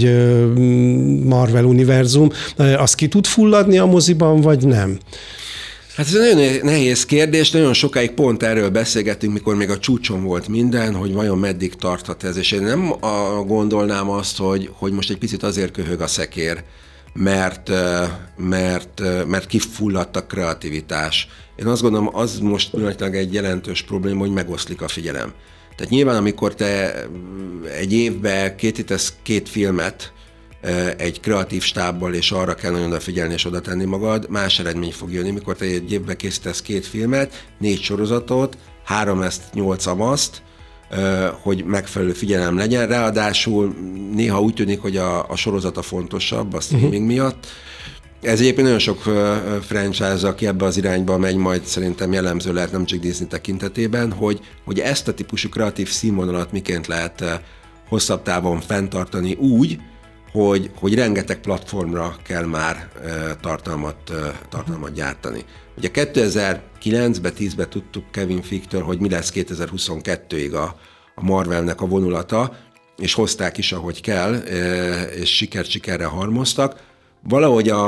Marvel univerzum, az ki tud fulladni a moziban, vagy nem? Hát ez egy nagyon nehéz kérdés, nagyon sokáig pont erről beszélgettünk, mikor még a csúcson volt minden, hogy vajon meddig tarthat ez, és én nem gondolnám azt, hogy, hogy most egy picit azért köhög a szekér, mert, mert, mert kifulladt a kreativitás. Én azt gondolom, az most pillanatilag egy jelentős probléma, hogy megoszlik a figyelem. Tehát nyilván, amikor te egy évben készítesz két filmet egy kreatív stábbal, és arra kell nagyon odafigyelni és oda tenni magad, más eredmény fog jönni, mikor te egy évben készítesz két filmet, négy sorozatot, három ezt, nyolc amaszt, hogy megfelelő figyelem legyen. Ráadásul néha úgy tűnik, hogy a, a sorozata fontosabb a streaming uh-huh. miatt. Ez egyébként nagyon sok franchise, aki ebbe az irányba megy, majd szerintem jellemző lehet nem csak Disney tekintetében, hogy, hogy ezt a típusú kreatív színvonalat miként lehet hosszabb távon fenntartani úgy, hogy, hogy rengeteg platformra kell már tartalmat, tartalmat gyártani. Ugye kétezer-kilencben, tízben tudtuk Kevin Feige-től, hogy mi lesz kétezer-huszonkettőig a, a Marvelnek a vonulata, és hozták is, ahogy kell, és sikert sikerre harmoztak. Valahogy a,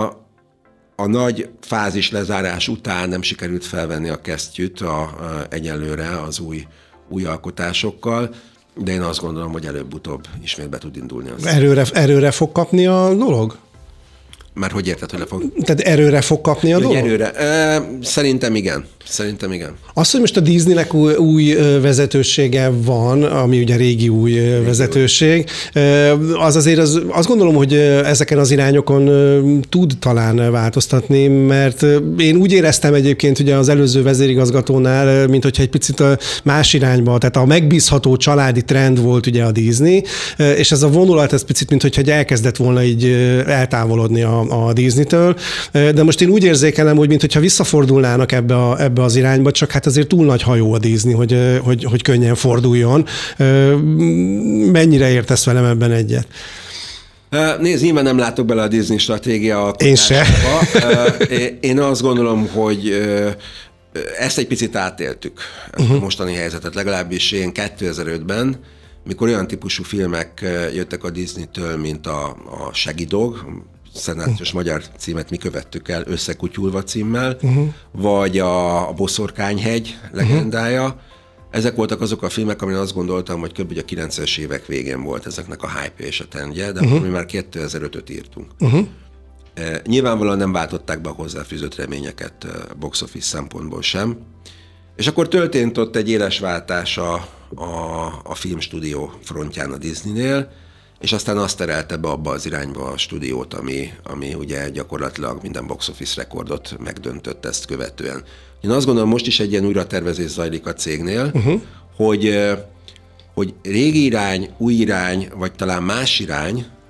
a nagy fázis lezárás után nem sikerült felvenni a kesztyűt a, a, egyelőre az új, új alkotásokkal, de én azt gondolom, hogy előbb-utóbb ismét be tud indulni. Az. Erőre, erőre fog kapni a dolog? Már hogy érted, hogy le fog? Tehát erőre fog kapni a dolog? Erőre. E, szerintem igen. Szerintem igen. Azt, hogy most a Disneynek új, új vezetősége van, ami ugye régi új régi vezetőség, az azért az, azt gondolom, hogy ezeken az irányokon tud talán változtatni, mert én úgy éreztem egyébként ugye az előző vezérigazgatónál, mint hogyha egy picit más irányba, tehát a megbízható családi trend volt ugye a Disney, és ez a vonulat, ez picit, mint hogyha elkezdett volna így eltávolodni a, a Disney-től, de most én úgy érzékelem, hogy mint hogyha visszafordulnának ebbe, a, ebbe az irányba, csak hát azért túl nagy hajó a Disney, hogy, hogy, hogy könnyen forduljon. Mennyire értesz velem ebben egyet? Nézd, nyilván nem látok bele a Disney stratégia alkotásába. Én se. Én azt gondolom, hogy ezt egy picit átéltük, ezt uh-huh. a mostani helyzetet, legalábbis én kétezer-ötben, mikor olyan típusú filmek jöttek a Disney-től, mint a, a Segidog, szenációs magyar címet mi követtük el, Összekutyulva címmel, uh-huh. vagy a, a Boszorkányhegy legendája. Uh-huh. Ezek voltak azok a filmek, amire azt gondoltam, hogy kb. A kilencvenes évek végén volt ezeknek a hype és a trendje, de uh-huh. mi már kétezer-ötöt írtunk. Uh-huh. E, nyilvánvalóan nem váltották be a hozzáfűzött reményeket box office szempontból sem. És akkor történt ott egy éles váltás a, a, a filmstúdió frontján a Disneynél, és aztán azt terelte be abba az irányba a stúdiót, ami, ami ugye gyakorlatilag minden box office rekordot megdöntött ezt követően. Én azt gondolom, most is egy ilyen újratervezés zajlik a cégnél, uh-huh. hogy, hogy régi irány, új irány, vagy talán más irány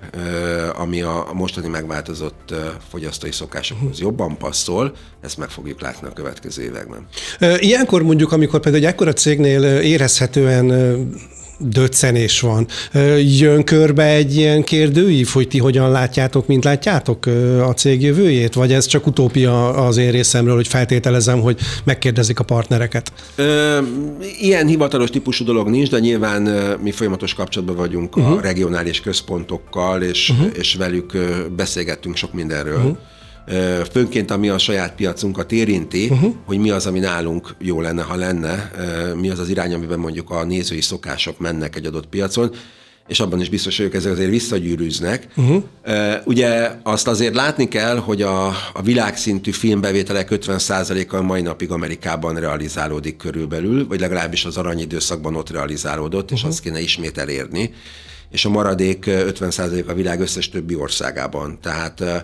ami a mostani megváltozott fogyasztói szokásokhoz jobban passzol, ezt meg fogjuk látni a következő években. Ilyenkor mondjuk, amikor például egy ekkora cégnél érezhetően döccenés van. Jön körbe egy ilyen kérdőív, hogy ti hogyan látjátok, mint látjátok a cég jövőjét? Vagy ez csak utópia az én részemről, hogy feltételezem, hogy megkérdezik a partnereket? Ö, ilyen hivatalos típusú dolog nincs, de nyilván mi folyamatos kapcsolatban vagyunk uh-huh. a regionális központokkal, és, uh-huh. és velük beszélgettünk sok mindenről. Uh-huh. Főnként, ami a saját piacunkat érinti, uh-huh. hogy mi az, ami nálunk jó lenne, ha lenne, mi az az irány, amiben mondjuk a nézői szokások mennek egy adott piacon, és abban is biztos vagyok, ezek azért visszagyűrűznek. Uh-huh. Ugye azt azért látni kell, hogy a, a világszintű filmbevételek ötven százaléka mai napig Amerikában realizálódik körülbelül, vagy legalábbis az aranyidőszakban ott realizálódott, uh-huh. és azt kéne ismét elérni, és a maradék ötven százalék a világ összes többi országában. Tehát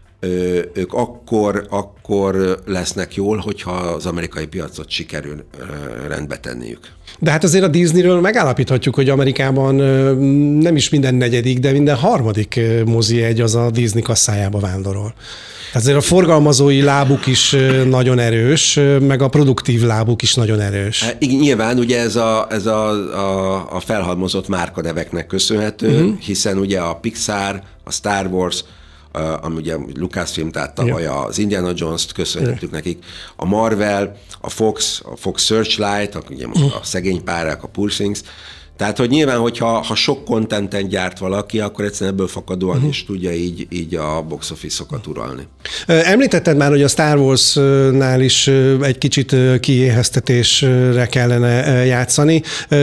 ők akkor, akkor lesznek jól, hogyha az amerikai piacot sikerül rendbe tenniük. De hát azért a Disneyről megállapíthatjuk, hogy Amerikában nem is minden negyedik, de minden harmadik mozi egy az a Disney kasszájába vándorol. Tehát azért a forgalmazói lábuk is nagyon erős, meg a produktív lábuk is nagyon erős. Hát, igen, nyilván ugye ez a, ez a, a, a felhalmozott márkaneveknek köszönhető, uh-huh. hiszen ugye a Pixar, a Star Wars, ami ugye Lucasfilm, tehát tavaly ja. az Indiana Jones-t köszönhetjük ja. nekik, a Marvel, a Fox, a Fox Searchlight, ugye most uh. a Szegény Párák, a Poor Things. Tehát, hogy nyilván, hogyha ha sok contenten gyárt valaki, akkor egyszerűen ebből fakadóan uh-huh. is tudja így, így a box office-okat uralni. Említetted már, hogy a Star Wars-nál is egy kicsit kiéheztetésre kellene játszani.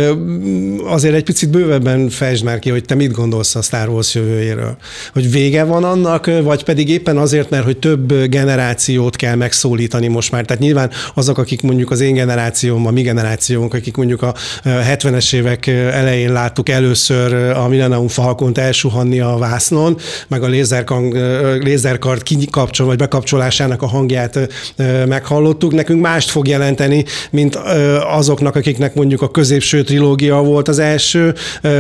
Azért egy picit bővebben fejtsd már ki, hogy te mit gondolsz a Star Wars jövőjéről. Hogy vége van annak, vagy pedig éppen azért, mert hogy több generációt kell megszólítani most már. Tehát nyilván azok, akik mondjuk az én generációm, a mi generációnk, akik mondjuk a hetvenes évek elején láttuk először a Millennium Falcont elsuhanni a vásznon, meg a lézerkard kikapcsol, vagy bekapcsolásának a hangját meghallottuk. Nekünk mást fog jelenteni, mint azoknak, akiknek mondjuk a középső trilógia volt az első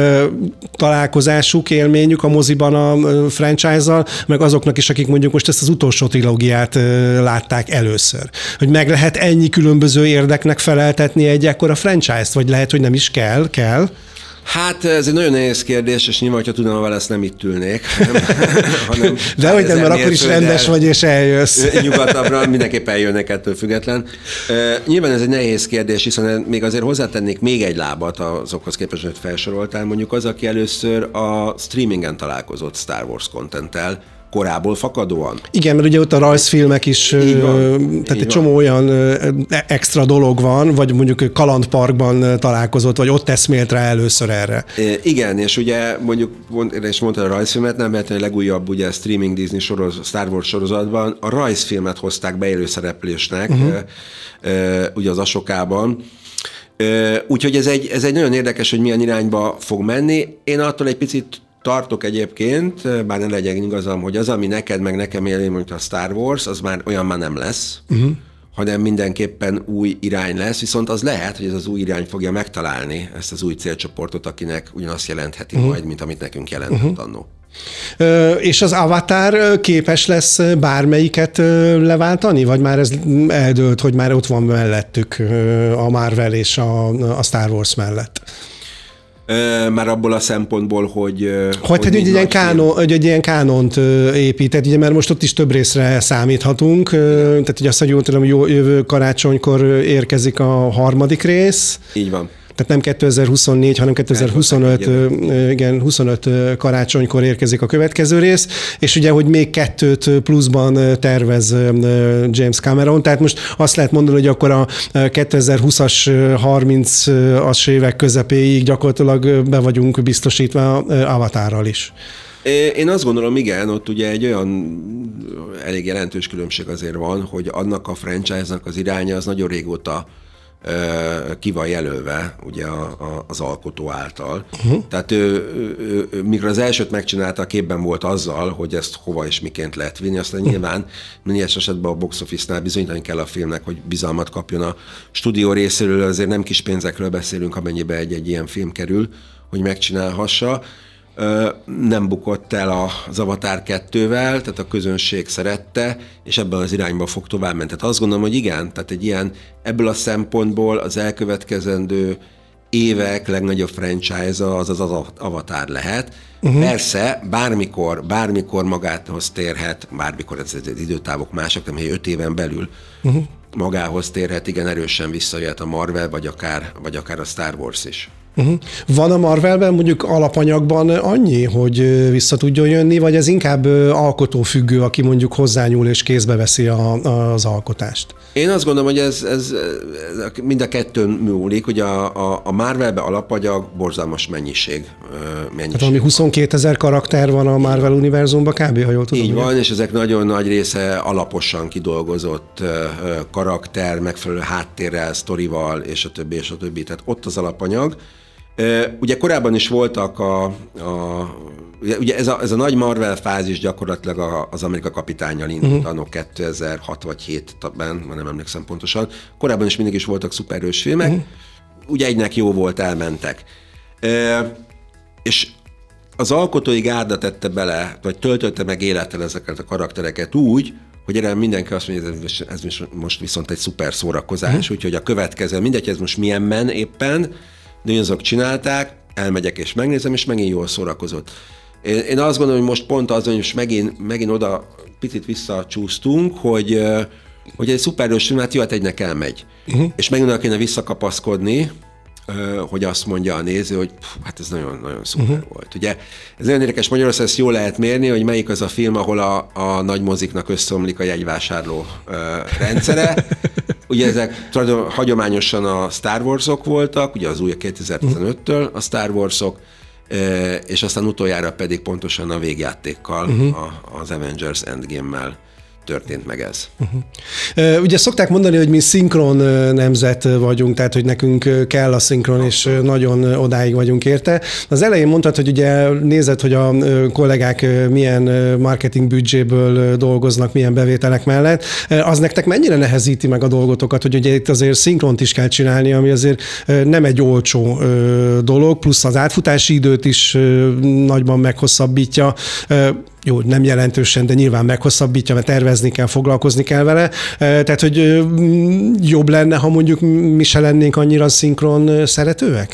találkozásuk, élményük a moziban a franchise-zal, meg azoknak is, akik mondjuk most ezt az utolsó trilógiát látták először. Hogy meg lehet ennyi különböző érdeknek feleltetni egy ekkora franchise-t, vagy lehet, hogy nem is kell, kell. Hát ez egy nagyon nehéz kérdés, és nyilván, hogyha tudom, vele ezt nem itt ülnék. hanem De hogy nem, mert akkor is rendes vagy, és eljössz. Nyugatabbra mindenképp eljönnek ettől független. Uh, nyilván ez egy nehéz kérdés, hiszen még azért hozzátennék még egy lábat azokhoz képest, hogy felsoroltál. Mondjuk az, aki először a streamingen találkozott Star Wars contenttel, korából fakadóan. Igen, mert ugye ott a rajzfilmek is, van, tehát egy csomó van. Olyan extra dolog van, vagy mondjuk Kalandparkban találkozott, vagy ott eszmélt rá először erre. Igen, és ugye mondjuk, és mondtad a rajzfilmet, nem mert a legújabb ugye streaming Disney soroz, Star Wars sorozatban a rajzfilmet hozták be élő szereplésnek, uh-huh. ugye az Asokában. Úgyhogy ez egy, ez egy nagyon érdekes, hogy milyen irányba fog menni. Én attól egy picit tartok egyébként, bár ne legyen igazam, hogy az, ami neked, meg nekem élmény, mint a Star Wars, az már olyan már nem lesz, uh-huh. hanem mindenképpen új irány lesz, viszont az lehet, hogy ez az új irány fogja megtalálni ezt az új célcsoportot, akinek ugyanazt jelentheti uh-huh. majd, mint amit nekünk jelentett uh-huh. annó. Ö, és az Avatar képes lesz bármelyiket leváltani? Vagy már ez eldőlt, hogy már ott van mellettük a Marvel és a, a Star Wars mellett? Már abból a szempontból, hogy... Hogy, hogy egy, ilyen kánon, hogy egy ilyen kánont épített, ugye, mert most ott is több részre számíthatunk, tehát ugye azt, hogy jól tudom, jövő karácsonykor érkezik a harmadik rész. Így van. Tehát nem kétezer-huszonnégy, hanem kétezer-huszonöt, igen, huszonöt karácsonykor érkezik a következő rész, és ugye, hogy még kettőt pluszban tervez James Cameron, tehát most azt lehet mondani, hogy akkor a kétezer-húszas, harmincas évek közepéig gyakorlatilag be vagyunk biztosítva Avatarral is. Én azt gondolom, igen, ott ugye egy olyan elég jelentős különbség azért van, hogy annak a franchise-nak az iránya az nagyon régóta ki van jelölve ugye a, a, az alkotó által. Uh-huh. Tehát ő, ő, ő, mikor az elsőt megcsinálta, képben volt azzal, hogy ezt hova és miként lehet vinni, aztán uh-huh. nyilván mindjárt esetben a box office-nál bizonyítani kell a filmnek, hogy bizalmat kapjon a stúdió részéről, azért nem kis pénzekről beszélünk, amennyibe egy-egy ilyen film kerül, hogy megcsinálhassa. nem bukott el az Avatar kettővel, tehát a közönség szerette, és ebben az irányba fog tovább menni. Tehát azt gondolom, hogy igen, tehát egy ilyen, ebből a szempontból az elkövetkezendő évek legnagyobb franchise-a az az Avatar lehet. Uh-huh. Persze, bármikor, bármikor magához térhet, bármikor ez az időtávok mások, nem, hogy öt éven belül uh-huh. magához térhet, igen erősen visszajöhet a Marvel, vagy akár, vagy akár a Star Wars is. Uh-huh. Van a Marvelben mondjuk alapanyagban annyi, hogy vissza tudjon jönni, vagy ez inkább alkotófüggő, aki mondjuk hozzányúl és kézbe veszi a, az alkotást? Én azt gondolom, hogy ez, ez, ez mind a kettőn múlik, hogy a, a, a Marvelben alapanyag borzalmas mennyiség. mennyiség. Tehát valami huszonkétezer karakter van a Marvel univerzumban kb., ha jól tudom. Így van, és ezek nagyon nagy része alaposan kidolgozott karakter, megfelelő háttérrel, sztorival, és a többi, és a többi. Tehát ott az alapanyag. Ugye korábban is voltak a, a ugye ez a, ez a nagy Marvel fázis gyakorlatilag az Amerika Kapitánnyal indult, uh-huh. annak kétezer-hat vagy hétben, már nem emlékszem pontosan. Korábban is mindig is voltak szuperhős filmek, uh-huh. ugye egynek jó volt, elmentek. E, és az alkotói gárda tette bele, vagy töltötte meg élettel ezeket a karaktereket úgy, hogy erre mindenki azt mondja, hogy ez most viszont egy szuper szórakozás, uh-huh. úgyhogy a következő, mindegy, ez most milyen men éppen, de azok csinálták, elmegyek és megnézem, és megint jól szórakozott. Én, én azt gondolom, hogy most pont az, hogy most megint, megint oda picit visszacsúsztunk, hogy, hogy egy szuperhős film, hát jó, hát egynek elmegy. Uh-huh. És megint oda kéne visszakapaszkodni, hogy azt mondja a néző, hogy pff, hát ez nagyon-nagyon szuper uh-huh. volt. Ugye ez nagyon érdekes, Magyarországon ezt jól lehet mérni, hogy melyik az a film, ahol a, a nagy moziknak összeomlik a jegyvásárló uh, rendszere. Ugye ezek hagyományosan a Star Wars-ok voltak, ugye az új kétezer-tizenöttől a Star Wars-ok, és aztán utoljára pedig pontosan a végjátékkal, uh-huh. az Avengers Endgame-mel történt meg ez. Uh-huh. Ugye szokták mondani, hogy mi szinkron nemzet vagyunk, tehát hogy nekünk kell a szinkron, és nagyon odáig vagyunk érte. Az elején mondtad, hogy ugye nézed, hogy a kollégák milyen marketing büdzséből dolgoznak, milyen bevételek mellett. Az nektek mennyire nehezíti meg a dolgotokat, hogy ugye itt azért szinkront is kell csinálni, ami azért nem egy olcsó dolog, plusz az átfutási időt is nagyban meghosszabbítja. Jó, nem jelentősen, de nyilván meghosszabbítja, mert tervezni kell, foglalkozni kell vele. Tehát, hogy jobb lenne, ha mondjuk mi se lennénk annyira szinkron szeretőek?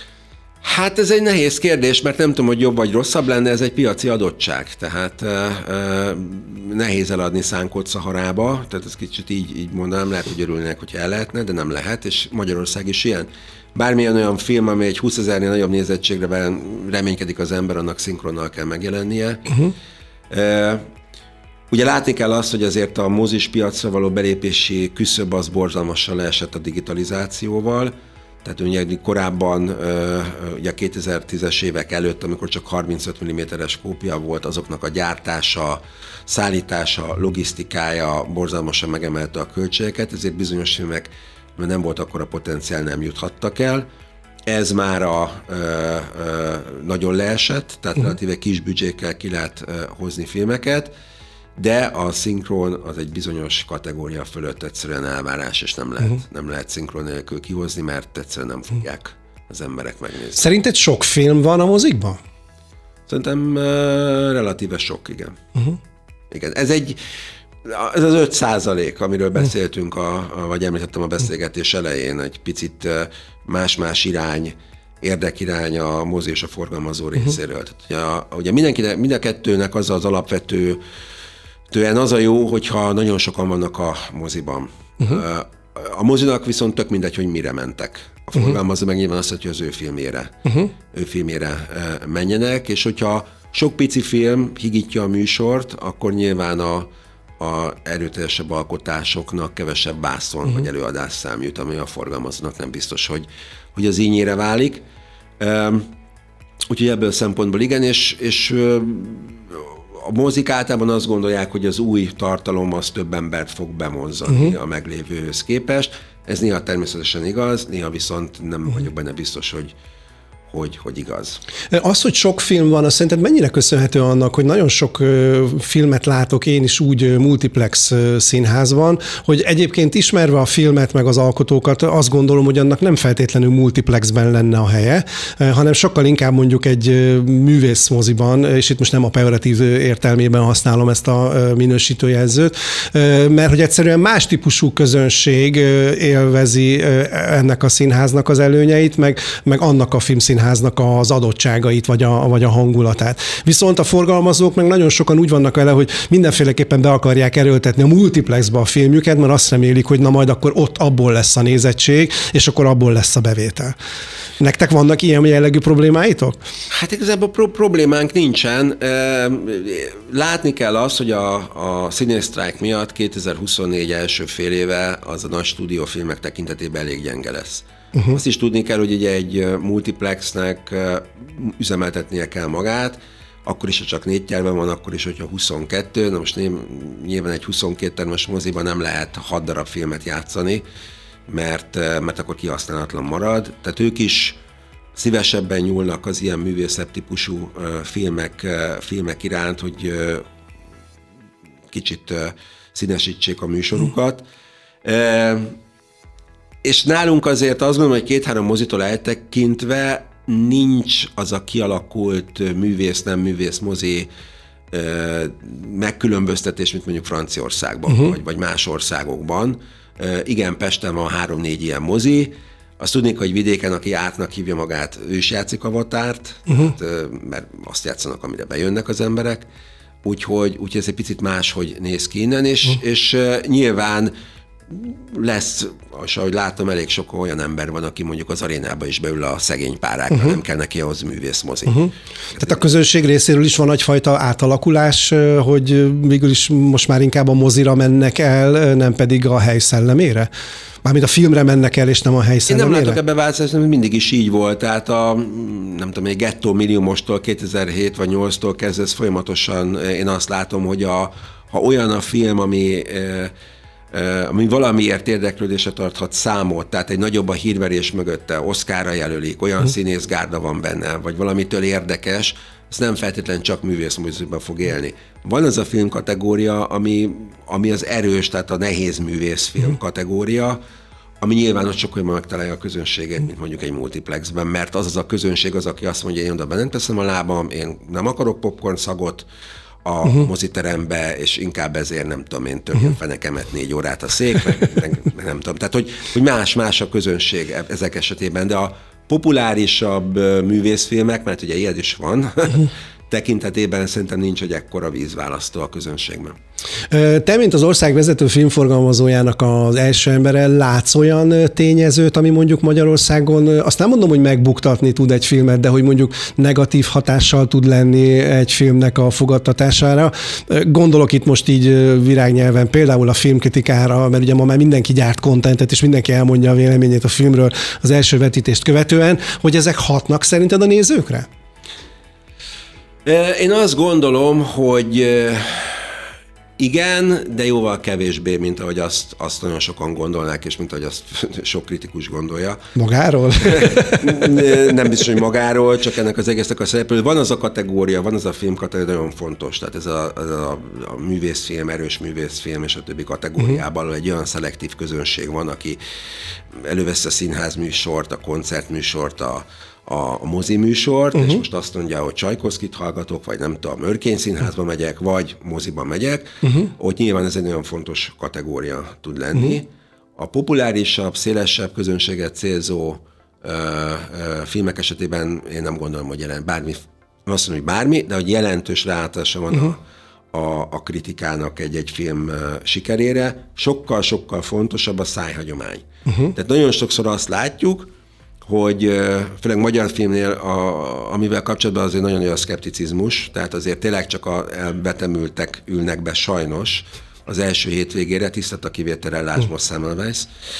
Hát ez egy nehéz kérdés, mert nem tudom, hogy jobb vagy rosszabb lenne, ez egy piaci adottság. Tehát uh, uh, nehéz eladni szánkot Szaharába, tehát ez kicsit így, így mondanám, lehet, hogy örülnének, hogy el lehetne, de nem lehet, és Magyarország is ilyen. Bármilyen olyan film, ami egy húszezernél nagyobb nézettségre reménykedik az ember, annak szinkronnal kell megjelennie. Uh-huh. Uh, ugye látni kell azt, hogy azért a mozis piacra való belépési küszöb az borzalmasan leesett a digitalizációval. Tehát ugye korábban, ugye a kétezer-tízes évek előtt, amikor csak harmincöt milliméteres kópia volt, azoknak a gyártása, szállítása, logisztikája borzalmasan megemelte a költségeket, ezért bizonyos filmek, mert nem volt akkora potenciál, nem juthattak el. Ez már a, ö, ö, nagyon leesett, tehát uh-huh. relatíve kis büdzsékkel ki lehet ö, hozni filmeket, de a szinkron az egy bizonyos kategória fölött egyszerűen elvárás, és nem lehet, uh-huh. nem lehet szinkron nélkül kihozni, mert egyszerűen nem fogják az emberek megnézni. Szerinted sok film van a mozikban? Szerintem uh, relatíve sok, igen. Uh-huh. Igen. Ez egy, ez az öt százalék, amiről beszéltünk, a, a, vagy említettem a beszélgetés elején, egy picit más-más irány, érdekirány a mozi és a forgalmazó részéről. Uh-huh. Tehát, ugye, ugye mindenkinek, mind a kettőnek az az alapvető tően az a jó, hogyha nagyon sokan vannak a moziban. Uh-huh. A mozinak viszont tök mindegy, hogy mire mentek. A forgalmazó uh-huh. meg nyilván azt, hogy az ő filmjére, uh-huh. ő filmjére menjenek, és hogyha sok pici film higítja a műsort, akkor nyilván a, a erőteljesebb alkotásoknak kevesebb vászon uh-huh. vagy előadásszám jut, ami a forgalmazónak nem biztos, hogy, hogy az ínyére válik. Úgyhogy ebből a szempontból igen, és, és a mozik általában azt gondolják, hogy az új tartalom az több embert fog bevonzani uh-huh. a meglévőhöz képest. Ez néha természetesen igaz, néha viszont nem uh-huh. vagyok benne biztos, hogy, hogy, hogy igaz. Az, hogy sok film van, azt szerinted mennyire köszönhető annak, hogy nagyon sok filmet látok én is úgy multiplex színházban, hogy egyébként ismerve a filmet meg az alkotókat, azt gondolom, hogy annak nem feltétlenül multiplexben lenne a helye, hanem sokkal inkább mondjuk egy művészmoziban, és itt most nem a pejoratív értelmében használom ezt a minősítőjelzőt, mert hogy egyszerűen más típusú közönség élvezi ennek a színháznak az előnyeit, meg, meg annak a filmszínháznak az adottságait, vagy a, vagy a hangulatát. Viszont a forgalmazók meg nagyon sokan úgy vannak vele, hogy mindenféleképpen be akarják erőltetni a multiplexbe a filmjüket, mert azt remélik, hogy na majd akkor ott abból lesz a nézettség, és akkor abból lesz a bevétel. Nektek vannak ilyen jellegű problémáitok? Hát igazából pro- problémánk nincsen. Látni kell azt, hogy a, a színészsztrájk miatt kétezer-huszonnégy első fél éve az a nagy stúdiófilmek tekintetében elég gyenge lesz. Uh-huh. Azt is tudni kell, hogy ugye egy multiplexnek üzemeltetnie kell magát, akkor is, ha csak négy terven van, akkor is, hogyha huszonkettő. Na most nyilván egy huszonkét termes moziban nem lehet hat darab filmet játszani, mert, mert akkor kihasználatlan marad. Tehát ők is szívesebben nyúlnak az ilyen művészebb típusú filmek, filmek iránt, hogy kicsit színesítsék a műsorukat. Uh-huh. És nálunk azért azt gondolom, hogy két-három mozitól eltekintve nincs az a kialakult művész-nem művész mozi megkülönböztetés, mint mondjuk Franciaországban, uh-huh. vagy, vagy más országokban. Igen, Pesten van három-négy ilyen mozi. Azt tudnék, hogy vidéken, aki ártnak hívja magát, ő is játszik Avatárt, uh-huh. hát, mert azt játszanak, amire bejönnek az emberek. Úgyhogy, úgyhogy ez egy picit máshogy néz ki innen, és, uh-huh. és nyilván lesz, és ahogy látom, elég sok olyan ember van, aki mondjuk az arénába is beül a szegény párákra, uh-huh. nem kell neki ahhoz művészmozi. Uh-huh. Tehát a közönség részéről is van egyfajta átalakulás, hogy végül is most már inkább a mozira mennek el, nem pedig a hely szellemére? Mármint a filmre mennek el, és nem a hely szellemére? Én nem látok ebbe változást, mert mindig is így volt. Tehát a, nem tudom, egy Gettó Milliómostól kétezer-hét vagy nyolctól kezdve ez folyamatosan, én azt látom, hogy a, ha olyan a film, ami ami valamiért érdeklődésre tarthat számot, tehát egy nagyobb a hírverés mögötte, Oscarra jelölik, olyan uh-huh. színészgárda van benne, vagy valamitől érdekes, ez nem feltétlenül csak művészmoziban fog élni. Van az a film kategória, ami, ami az erős, tehát a nehéz művészfilm uh-huh. kategória, ami nyilván ott sokkal megtalálja a közönséget, mint mondjuk egy multiplexben, mert az az a közönség az, aki azt mondja, én oda be nem teszem a lábam, én nem akarok popcorn szagot a uh-huh. moziterembe, és inkább ezért nem tudom, én törjön uh-huh. fenekemet négy órát a szék, meg, meg, meg nem tudom. Tehát, hogy, hogy más-más a közönség ezek esetében, de a populárisabb művészfilmek, mert ugye ilyen is van, uh-huh. tekintetében szerintem nincs egy ekkora vízválasztó a közönségben. Te, mint az ország vezető filmforgalmazójának az első embere, látsz olyan tényezőt, ami mondjuk Magyarországon, azt nem mondom, hogy megbuktatni tud egy filmet, de hogy mondjuk negatív hatással tud lenni egy filmnek a fogadtatására. Gondolok itt most így virágnyelven például a filmkritikára, mert ugye ma már mindenki gyárt kontentet, és mindenki elmondja a véleményét a filmről az első vetítést követően, hogy ezek hatnak szerinted a nézőkre? Én azt gondolom, hogy igen, de jóval kevésbé, mint ahogy azt, azt nagyon sokan gondolnák, és mint ahogy azt sok kritikus gondolja. Magáról? Nem biztos, hogy magáról, csak ennek az egésznek a szereplő. Van az a kategória, van az a film kategória, nagyon fontos. Tehát ez a, ez a, a művészfilm, erős művészfilm és a többi kategóriában uh-huh. egy olyan szelektív közönség van, aki elővesz a színházműsort, a koncertműsort, a a moziműsort, uh-huh. és most azt mondja, hogy Csajkovszkit hallgatok, vagy nem tudom, Örkény Színházba megyek, vagy moziba megyek, uh-huh. ott nyilván ez egy nagyon fontos kategória tud lenni. Uh-huh. A populárisabb, szélesebb közönséget célzó ö, ö, filmek esetében én nem gondolom, hogy jelent bármi, azt mondom, hogy bármi, de hogy jelentős ráhatása van uh-huh. a, a, a kritikának egy-egy film ö, sikerére. Sokkal-sokkal fontosabb a szájhagyomány. Uh-huh. Tehát nagyon sokszor azt látjuk, hogy főleg magyar filmnél, a, amivel kapcsolatban azért nagyon nagy a szkepticizmus, tehát azért tényleg csak a betemültek ülnek be sajnos az első hétvégére, tisztelt a kivételre Lásd Semmelweis,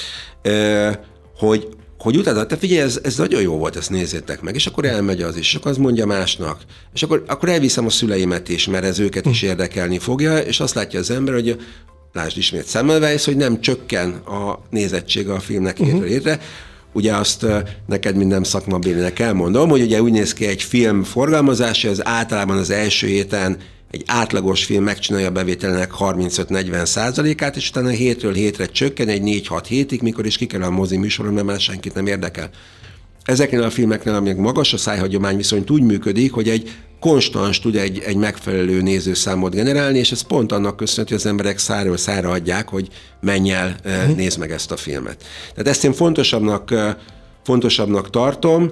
hogy, hogy utána, te figyelj, ez, ez nagyon jó volt, ezt nézzétek meg, és akkor elmegy az is, és akkor az mondja másnak, és akkor, akkor elviszem a szüleimet is, mert ez őket is érdekelni fogja, és azt látja az ember, hogy lásd ismét Semmelweis, hogy nem csökken a nézettsége a filmnek hétről hétre, ugye azt neked minden szakmabélinek elmondom, hogy ugye úgy néz ki egy film forgalmazása, az általában az első héten egy átlagos film megcsinálja a bevételének harmincöt-negyven százalékát, és utána hétről hétre csökken egy négy-hat hétig, mikor is kikerül a mozi műsoron, mert már senkit nem érdekel. Ezeknél a filmeknél, amíg magas a szájhagyomány, viszont úgy működik, hogy egy konstans tud egy, egy megfelelő nézőszámot generálni, és ez pont annak köszönhető, hogy az emberek száról szára adják, hogy menj el, uh-huh. nézd meg ezt a filmet. Tehát ezt én fontosabbnak, fontosabbnak tartom.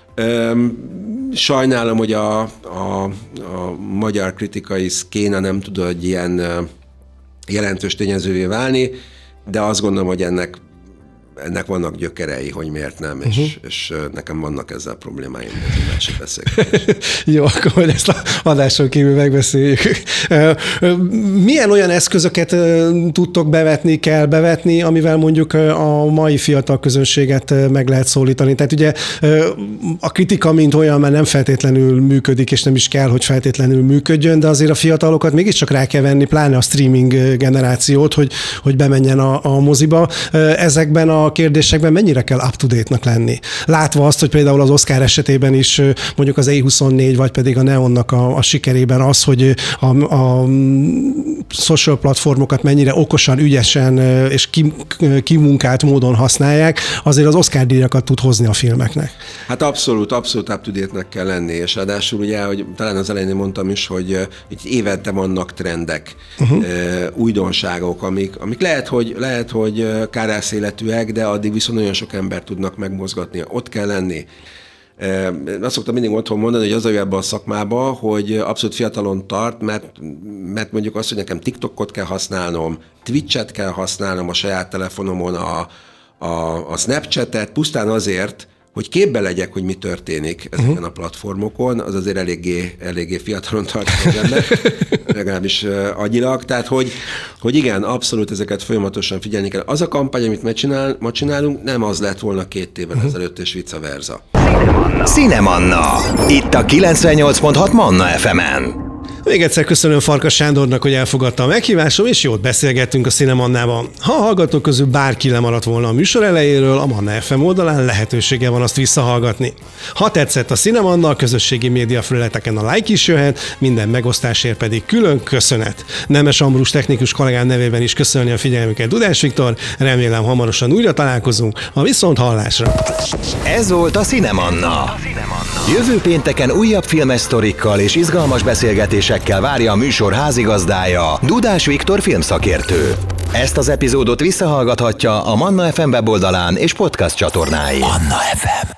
Sajnálom, hogy a, a, a magyar kritikai szkéna nem tud egy ilyen jelentős tényezővé válni, de azt gondolom, hogy ennek ennek vannak gyökerei, hogy miért nem, és, uh-huh. és nekem vannak ezzel problémáim, de ez egy másik beszélgetés. Jó, akkor majd ezt a adáson kívül megbeszéljük. Milyen olyan eszközöket tudtok bevetni, kell bevetni, amivel mondjuk a mai fiatal közönséget meg lehet szólítani? Tehát ugye a kritika, mint olyan, már nem feltétlenül működik, és nem is kell, hogy feltétlenül működjön, de azért a fiatalokat mégiscsak rá kell venni, pláne a streaming generációt, hogy, hogy bemenjen a, a moziba. Ezekben a kérdésekben mennyire kell up-to-date-nak lenni? Látva azt, hogy például az Oscar esetében is mondjuk az á huszonnégy, vagy pedig a Neonnak a, a sikerében az, hogy a, a social platformokat mennyire okosan, ügyesen és kimunkált módon használják, azért az Oscar díjakat tud hozni a filmeknek. Hát abszolút, abszolút up-to-date-nek kell lenni, és ráadásul ugye, hogy talán az elején mondtam is, hogy itt évente vannak trendek, uh-huh. újdonságok, amik, amik lehet, hogy, lehet, hogy kárászéletűek, de addig viszont nagyon sok embert tudnak megmozgatni. Ott kell lenni. Azt szoktam mindig otthon mondani, hogy az a jó ebben a szakmában, hogy abszolút fiatalon tart, mert, mert mondjuk azt, hogy nekem TikTokot kell használnom, Twitch-et kell használnom a saját telefonomon, a, a, a Snapchat-et, pusztán azért, hogy képbe legyek, hogy mi történik ezeken uh-huh. a platformokon, az azért eléggé, eléggé fiatalon tart az ember, legalábbis uh, agyilag. Tehát, hogy, hogy igen, abszolút ezeket folyamatosan figyelni kell. Az a kampány, amit ma, csinál, ma csinálunk, nem az lett volna két évvel uh-huh. ezelőtt, és vice versa. Cinemanna. Itt a kilencvennyolc pont hat Manna ef emen. Még egyszer köszönöm Farkas Sándornak, hogy elfogadta a meghívásom, és jót beszélgettünk a Cinemannában. Ha a hallgatók közül bárki lemaradt volna a műsor elejéről, a Manna ef em oldalán lehetősége van azt visszahallgatni. Ha tetszett a Cinemanna, a közösségi média felületeken a like is jöhet, minden megosztásért pedig külön köszönet. Nemes Ambrus technikus kollégám nevében is köszönni a figyelmüket Dudás Viktor, remélem hamarosan újra találkozunk, a viszont hallásra. Ez volt a Cinemanna. Jövő pénteken újabb filmes sztorikkal és izgalmas beszélgetésekkel várja a műsor házigazdája, Dudás Viktor filmszakértő. Ezt az epizódot visszahallgathatja a Manna ef em weboldalán és podcast csatornáin. Manna ef em